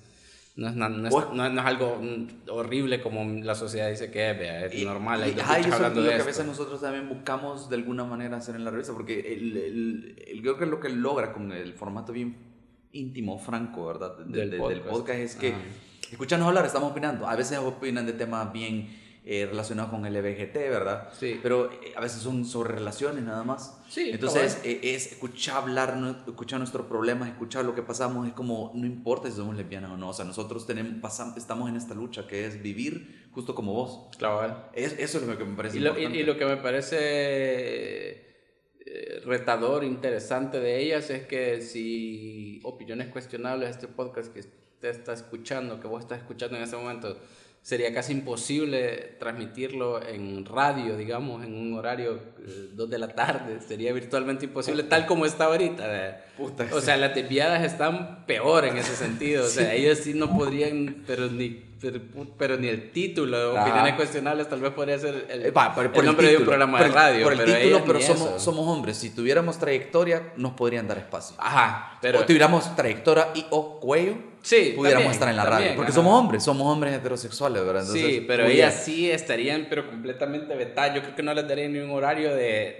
algo horrible como la sociedad dice que es, ¿ve? Es normal. Eso es lo que a veces nosotros también buscamos de alguna manera hacer en la revista, porque creo que lo que logra con el formato bien íntimo, franco, ¿verdad? Del podcast es que escucharnos hablar, estamos opinando. A veces opinan de temas bien relacionados con el LBGT, ¿verdad? Sí. Pero a veces son sobre relaciones nada más. Sí, entonces es escuchar hablar, escuchar nuestros problemas, escuchar lo que pasamos. Es como, no importa si somos lesbianas o no. O sea, nosotros estamos en esta lucha que es vivir justo como vos. Claro. Eso es lo que me parece importante. Y lo que me parece retador, interesante de ellas es que si Opiniones Cuestionables, este podcast que usted está escuchando, que vos estás escuchando en ese momento, sería casi imposible transmitirlo en radio, digamos, en un horario 2 de la tarde. Sería virtualmente imposible, tal como está ahorita. O sea, las desviadas están peor en ese sentido. O sea, ellos sí no podrían, pero ni el título de Opiniones Cuestionables tal vez podría ser el nombre de un programa de radio. Por el título, pero somos hombres. Si tuviéramos trayectoria, nos podrían dar espacio. Ajá. O tuviéramos trayectoria o cuello, sí, pudiéramos estar en la radio. Porque somos hombres heterosexuales, ¿verdad? Entonces, sí, pero ellas sí estarían pero completamente vetadas. Yo creo que no les daría ni un horario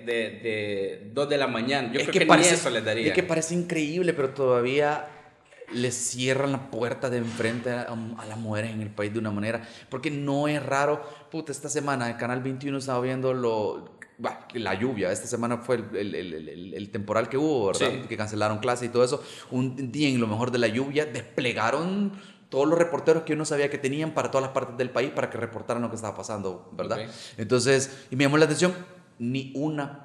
de 2 de la mañana. Yo creo que ni eso les daría. Es que parece increíble, pero todavía les cierran la puerta de enfrente a las mujeres en el país de una manera. Porque no es raro. Esta semana el Canal 21 estaba viendo la lluvia. Esta semana fue el temporal que hubo, ¿verdad? Sí. Que cancelaron clases y todo eso. Un día en lo mejor de la lluvia desplegaron todos los reporteros que uno sabía que tenían para todas las partes del país para que reportaran lo que estaba pasando, ¿verdad? Okay. Entonces, y me llamó la atención, ni una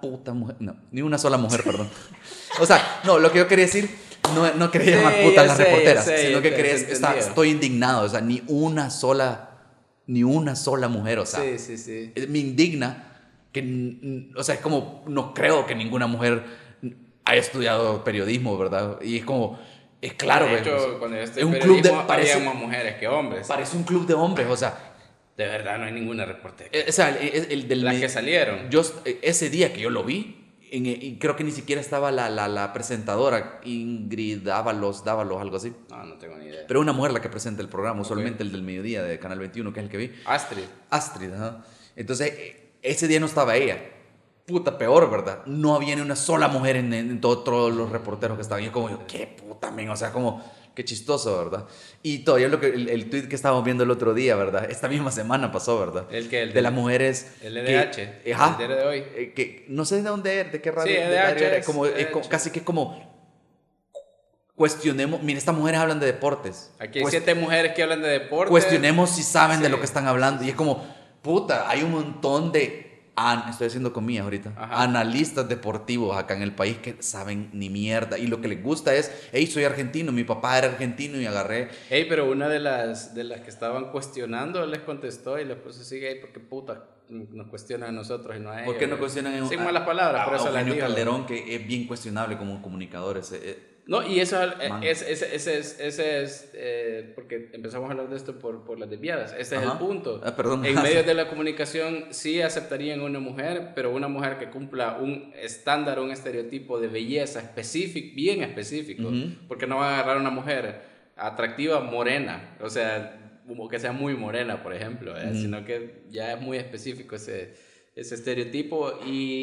sola mujer, perdón. O sea, no, lo que yo quería decir, no quería llamar putas a las reporteras, sino que estoy indignado, o sea, ni una sola mujer, o sea, sí. Me indigna que, o sea, es como, no creo que ninguna mujer haya estudiado periodismo, ¿verdad? Y es como, es claro, de hecho, cuando yo estoy es un club de había más mujeres que hombres. Parece un club de hombres, o sea, de verdad no hay ninguna reportera. O sea, el del las que salieron. Ese día que yo lo vi, y creo que ni siquiera estaba la presentadora, Ingrid Dávalos, algo así. No tengo ni idea. Pero una mujer la que presenta el programa, usualmente el del mediodía de Canal 21, que es el que vi. Astrid, ajá. Entonces, ese día no estaba ella. Peor, ¿verdad? No había ni una sola mujer en todos los reporteros que estaban. Y yo como, qué puta, men, o sea, como, qué chistoso, ¿verdad? Y todavía el tweet que estábamos viendo el otro día, ¿verdad? Esta misma semana pasó, ¿verdad? El de las mujeres. El EDH. Ajá. El de hoy. Que no sé de qué radio. Sí, EDH era. Casi que como cuestionemos. Mira, estas mujeres hablan de deportes. Aquí hay 7 mujeres que hablan de deportes. Cuestionemos si saben de lo que están hablando. Y es como, hay un montón de... estoy haciendo comillas ahorita. Ajá. Analistas deportivos acá en el país que saben ni mierda. Y lo que les gusta es, soy argentino, mi papá era argentino y agarré. Pero una de las que estaban cuestionando les contestó y les puso así, porque puta nos cuestionan a nosotros y no a ellos. ¿Por qué no cuestionan a sin malas palabras? Por eso Eugenio Calderón, que es bien cuestionable como un comunicador. No, y eso ese es porque empezamos a hablar de esto por las desviadas. Ese es el punto. Perdón. En medios de la comunicación sí aceptarían una mujer, pero una mujer que cumpla un estándar, un estereotipo de belleza específico, bien específico, porque no van a agarrar una mujer atractiva morena, o sea, que sea muy morena, por ejemplo, sino que ya es muy específico ese estereotipo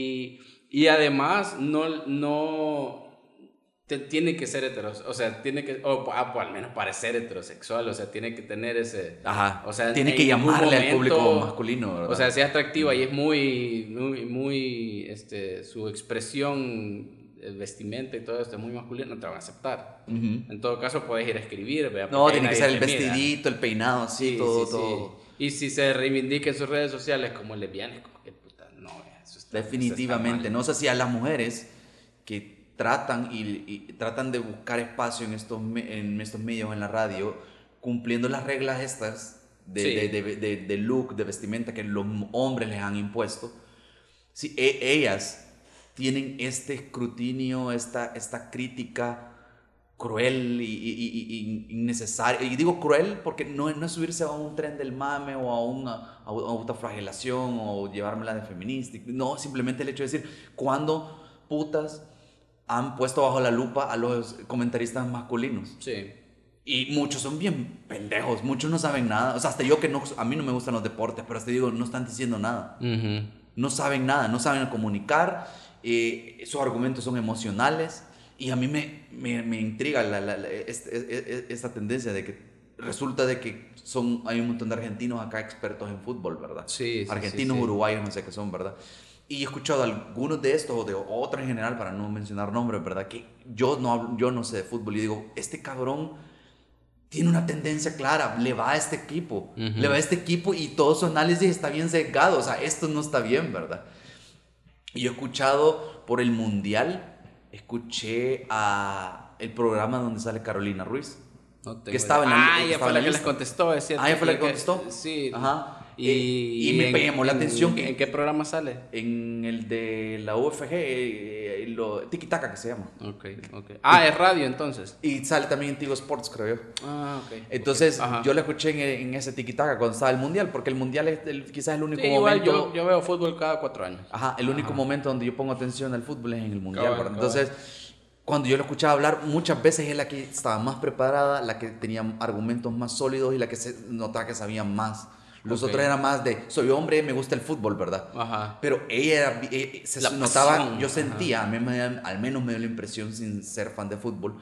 y además no tiene que ser heterosexual, o sea, tiene que, o al menos parecer heterosexual, o sea, tiene que tener ese... Ajá, o sea, tiene que llamarle al público masculino, ¿verdad? O sea, si es atractiva y es muy su expresión, el vestimenta y todo esto es muy masculino, no te van a aceptar. En todo caso, puedes ir a escribir, ¿verdad? No, tiene que ser el vestidito, el peinado, así, todo. Y si se reivindica en sus redes sociales como lesbianas, como que puta, no, eso está... Definitivamente, no sé si a las mujeres que tratan tratan de buscar espacio en estos medios, en la radio, cumpliendo las reglas estas de look, de vestimenta que los hombres les han impuesto. Sí, ellas tienen este escrutinio, esta crítica cruel y innecesaria. Y digo cruel porque no es subirse a un tren del mame o a una autoflagelación o llevármela de feminista. No, simplemente el hecho de decir, ¿cuándo putas han puesto bajo la lupa a los comentaristas masculinos? Sí. Y muchos son bien pendejos, muchos no saben nada. O sea, hasta yo que a mí no me gustan los deportes, pero hasta digo, no están diciendo nada. No saben nada, no saben comunicar, sus argumentos son emocionales. Y a mí me intriga esta tendencia de que resulta de que hay un montón de argentinos acá expertos en fútbol, ¿verdad? Sí, Argentinos, sí. uruguayos, no sé qué son, ¿verdad? Y he escuchado algunos de estos, o de otros en general, para no mencionar nombres, ¿verdad? Que yo no sé de fútbol y digo, este cabrón tiene una tendencia clara, le va a este equipo, le va a este equipo y todo su análisis está bien sesgado, o sea, esto no está bien, ¿verdad? Y yo he escuchado por el Mundial, escuché el programa donde sale Carolina Ruiz. No tengo Que estaba idea. en la, Ella fue la que les contestó, es cierto. ella fue la que contestó. Sí. Ajá. Y me llamó la atención ¿En qué programa sale? En el de la UFG, Tiki Taka, que se llama. Ok. Es radio entonces. Y sale también en Tigo Sports, creo yo. Ok. Entonces, Okay. yo la escuché en ese Tiki Taka cuando estaba el Mundial, porque el Mundial es quizás el único igual momento. yo veo fútbol cada 4 años. Ajá, el único momento donde yo pongo atención al fútbol es en el Mundial, Cabal, ¿verdad? Entonces, cuando yo lo escuchaba hablar, muchas veces es la que estaba más preparada, la que tenía argumentos más sólidos y la que se notaba que sabía más. Los otros eran más de, soy hombre, me gusta el fútbol, ¿verdad? Ajá. Pero ella se notaba, pasión. yo sentía, al menos me dio la impresión, sin ser fan de fútbol,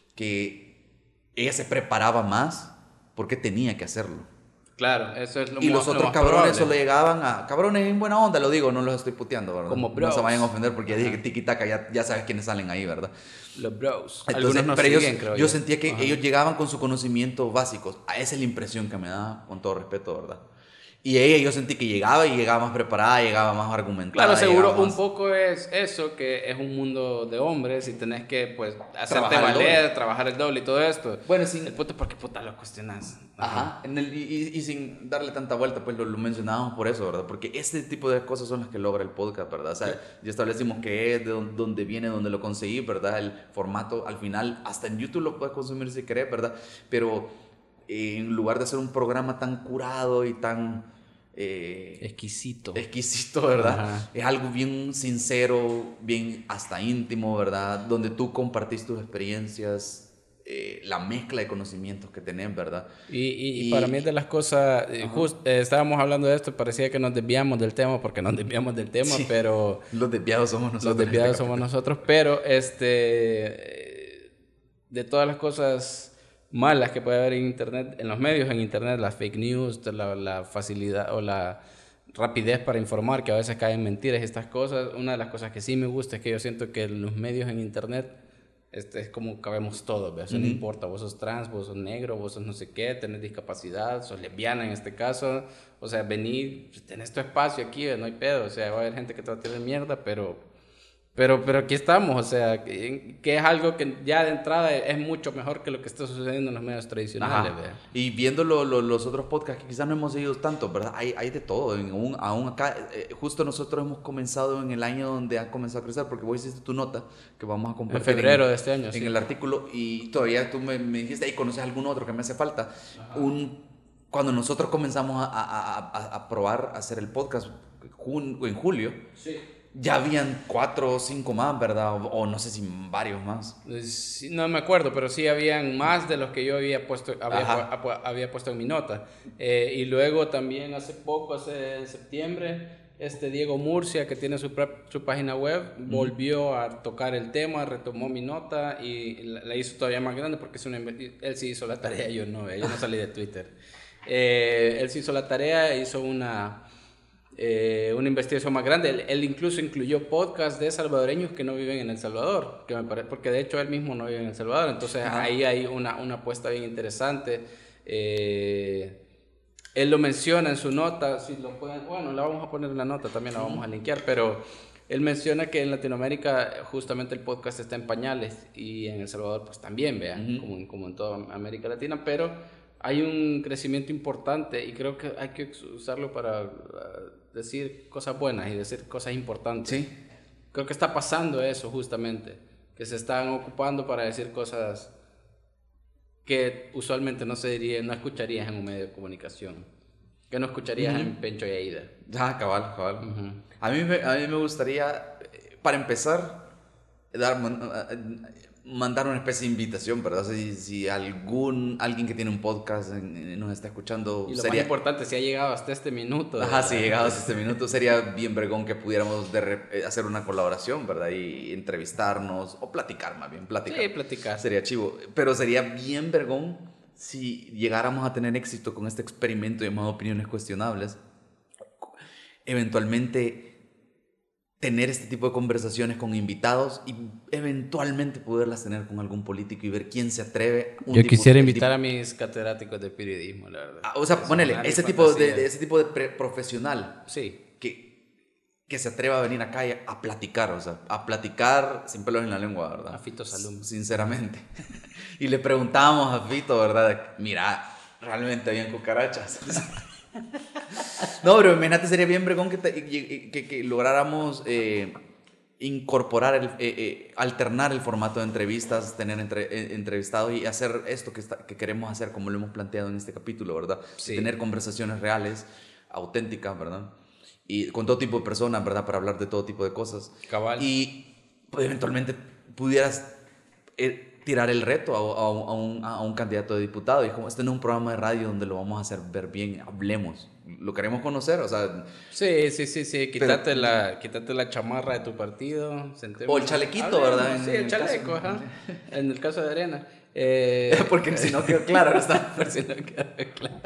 que ella se preparaba más porque tenía que hacerlo. Claro, eso es lo Y más los otros cabrones solo llegaban a... Cabrones en buena onda, lo digo, no los estoy puteando, ¿verdad? Como bros. No se vayan a ofender porque ya dije que tiki-taka, ya sabes quiénes salen ahí, ¿verdad? Los bros. Entonces, Algunos no pero siguen, creo yo sentía que ellos llegaban con su conocimiento básico. Esa es la impresión que me da, con todo respeto, ¿verdad? Y ella, yo sentí que llegaba más preparada, llegaba más argumentada. Claro, seguro un poco es eso, que es un mundo de hombres y tenés que, pues, hacerte valer, trabajar el doble y todo esto. Bueno, el punto es porque puta lo cuestionas. Ajá. Y sin darle tanta vuelta, pues lo mencionábamos por eso, ¿verdad? Porque este tipo de cosas son las que logra el podcast, ¿verdad? O sea, ya establecimos que es de dónde viene, dónde lo conseguí, ¿verdad? El formato, al final, hasta en YouTube lo puedes consumir si querés, ¿verdad? Pero en lugar de hacer un programa tan curado y tan... exquisito, ¿verdad? Ajá. Es algo bien sincero, bien hasta íntimo, ¿verdad? Donde tú compartís tus experiencias, la mezcla de conocimientos que tenés, ¿verdad? Y para mí es de las cosas, estábamos hablando de esto, parecía que nos desviamos del tema, porque nos desviamos del tema, sí, pero... Los desviados somos nosotros. Los desviados somos nosotros, pero de todas las cosas malas que puede haber en internet, en los medios en internet, las fake news, la facilidad o la rapidez para informar, que a veces caen mentiras y estas cosas. Una de las cosas que sí me gusta es que yo siento que en los medios en internet es como cabemos todos, ¿ves? No importa, vos sos trans, vos sos negro, vos sos no sé qué, tenés discapacidad, sos lesbiana en este caso, o sea, vení, tenés tu espacio aquí, no hay pedo, o sea, va a haber gente que te va a tirar mierda, pero aquí estamos, o sea, que es algo que ya de entrada es mucho mejor que lo que está sucediendo en los medios tradicionales. Y viendo los otros podcasts que quizás no hemos seguido tanto, ¿verdad? Hay de todo, aún acá, justo nosotros hemos comenzado en el año donde ha comenzado a crecer, porque vos hiciste tu nota que vamos a compartir. En febrero de este año, en el artículo, y todavía tú me dijiste, ahí ¿conoces algún otro que me hace falta? Cuando nosotros comenzamos a probar a hacer el podcast en julio, sí, ya habían 4 o 5 más, ¿verdad? O no sé si varios más. Sí, no me acuerdo, pero sí habían más de los que yo había puesto en mi nota. Y luego también hace septiembre, Diego Murcia, que tiene su página web, volvió a tocar el tema, retomó mi nota y la hizo todavía más grande porque él sí hizo la tarea, yo no salí de Twitter. Él sí hizo la tarea, hizo una investigación más grande. Él incluso incluyó podcasts de salvadoreños que no viven en El Salvador, porque de hecho él mismo no vive en El Salvador, entonces ahí hay una apuesta bien interesante. Él lo menciona en su nota, si lo pueden, bueno, la vamos a poner en la nota, también la vamos a linkear, pero él menciona que en Latinoamérica justamente el podcast está en pañales y en El Salvador pues también, vean, como en toda América Latina, pero hay un crecimiento importante y creo que hay que usarlo para decir cosas buenas y decir cosas importantes. Sí. Creo que está pasando eso justamente, que se están ocupando para decir cosas que usualmente no escucharías en un medio de comunicación, que no escucharías en Pencho y Aida. Cabal. A mí me gustaría, para empezar, dar mandar una especie de invitación, ¿verdad? Si alguien que tiene un podcast nos está escuchando, Y lo más importante, si ha llegado hasta este minuto. Ajá, si ha llegado hasta este minuto, sería bien vergón que pudiéramos hacer una colaboración, ¿verdad? Y entrevistarnos, o platicar más bien, platicar. Sí, platicar. Sería chivo, pero sería bien vergón si llegáramos a tener éxito con este experimento llamado Opiniones Cuestionables. Eventualmente tener este tipo de conversaciones con invitados y eventualmente poderlas tener con algún político y ver quién se atreve. Yo quisiera invitar a mis catedráticos de periodismo, la verdad. O sea, ponele, ese tipo de profesional sí. que se atreva a venir acá y a platicar, o sea, a platicar sin pelos en la lengua, ¿verdad? A Fito Salum. Sinceramente. Y le preguntábamos a Fito, ¿verdad? Mira, realmente habían cucarachas. No, pero imagínate, sería bien bregón que lográramos incorporar, alternar el formato de entrevistas, tener entrevistados y hacer esto que queremos hacer, como lo hemos planteado en este capítulo, ¿verdad? Sí. Tener conversaciones reales, auténticas, ¿verdad? Y con todo tipo de personas, ¿verdad? Para hablar de todo tipo de cosas. Cabal. Y pues, eventualmente pudieras tirar el reto a un candidato de diputado. Y como este no es un programa de radio donde lo vamos a hacer ver bien, hablemos. Lo queremos conocer, o sea... Sí. Quítate la chamarra de tu partido. O el chalequito, ¿verdad? Sí, el chaleco, ajá. En el caso de Arena. Porque si no quedó claro, ¿verdad? Por si no quedó claro.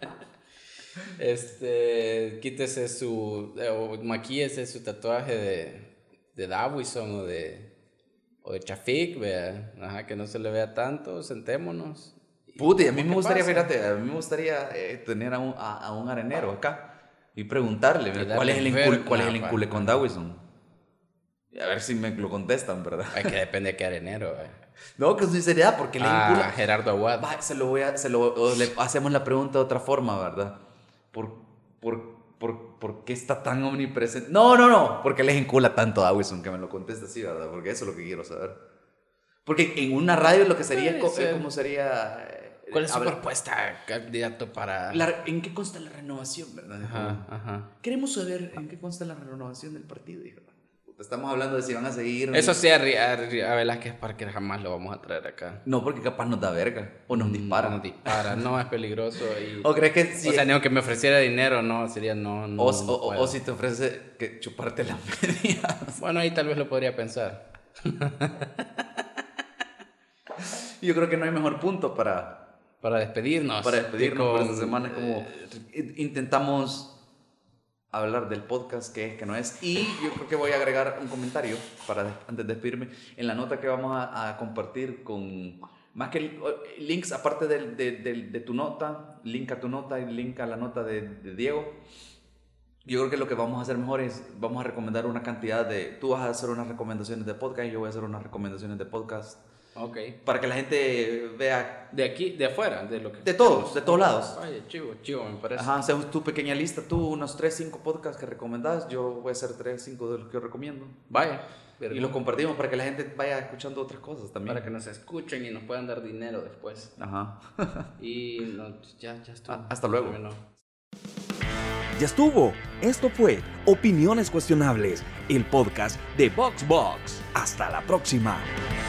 Quítese o maquíese su tatuaje de Dawison o de Chafik, vea. Ajá, que no se le vea tanto, sentémonos. Puta, y a mí me gustaría, fíjate, a mí me gustaría tener a un arenero acá y preguntarle cuál es el incule con Dawison. Y a ver si me lo contestan, ¿verdad? Es que depende de qué arenero, No, que es sinceridad, porque le incula. Gerardo Aguad. Le hacemos la pregunta de otra forma, ¿verdad? ¿Por qué está tan omnipresente? No, porque les encula tanto a Dawison que me lo conteste así, ¿verdad? Porque eso es lo que quiero saber. Porque en una radio lo que sería, ¿cómo sería? ¿Cuál es su propuesta, candidato, para...? ¿En qué consta la renovación, verdad? Ajá. Queremos saber en qué consta la renovación del partido, hijo. Estamos hablando de si van a seguir... Eso sí, a Velázquez Parker jamás lo vamos a traer acá. No, porque capaz nos da verga. O nos dispara. No, es peligroso. ¿O crees que sí? O sea, ni aunque me ofreciera dinero, no, sería no. O si te ofrece que chuparte la media. Bueno, ahí tal vez lo podría pensar. Yo creo que no hay mejor punto para despedirnos. Por esta semana. Es como intentamos hablar del podcast, que es, que no es. Y yo creo que voy a agregar un comentario antes de despedirme. En la nota que vamos a compartir con... Más que links, aparte de tu nota, link a tu nota y link a la nota de Diego. Yo creo que lo que vamos a hacer mejor es, vamos a recomendar una cantidad de... Tú vas a hacer unas recomendaciones de podcast y yo voy a hacer unas recomendaciones de podcast. Ok. Para que la gente vea... De aquí, de afuera, de lo que... De todos lados. Oye, chivo, me parece. Ajá, según tu pequeña lista, tú unos 3-5 podcasts que recomendás, yo voy a hacer 3-5 de los que yo recomiendo. Vaya. Y los compartimos para que la gente vaya escuchando otras cosas también. Para que nos escuchen y nos puedan dar dinero después. Ajá. Y ya estuvo. Hasta luego. Ya estuvo. Esto fue Opiniones Cuestionables, el podcast de VoxBox. Hasta la próxima.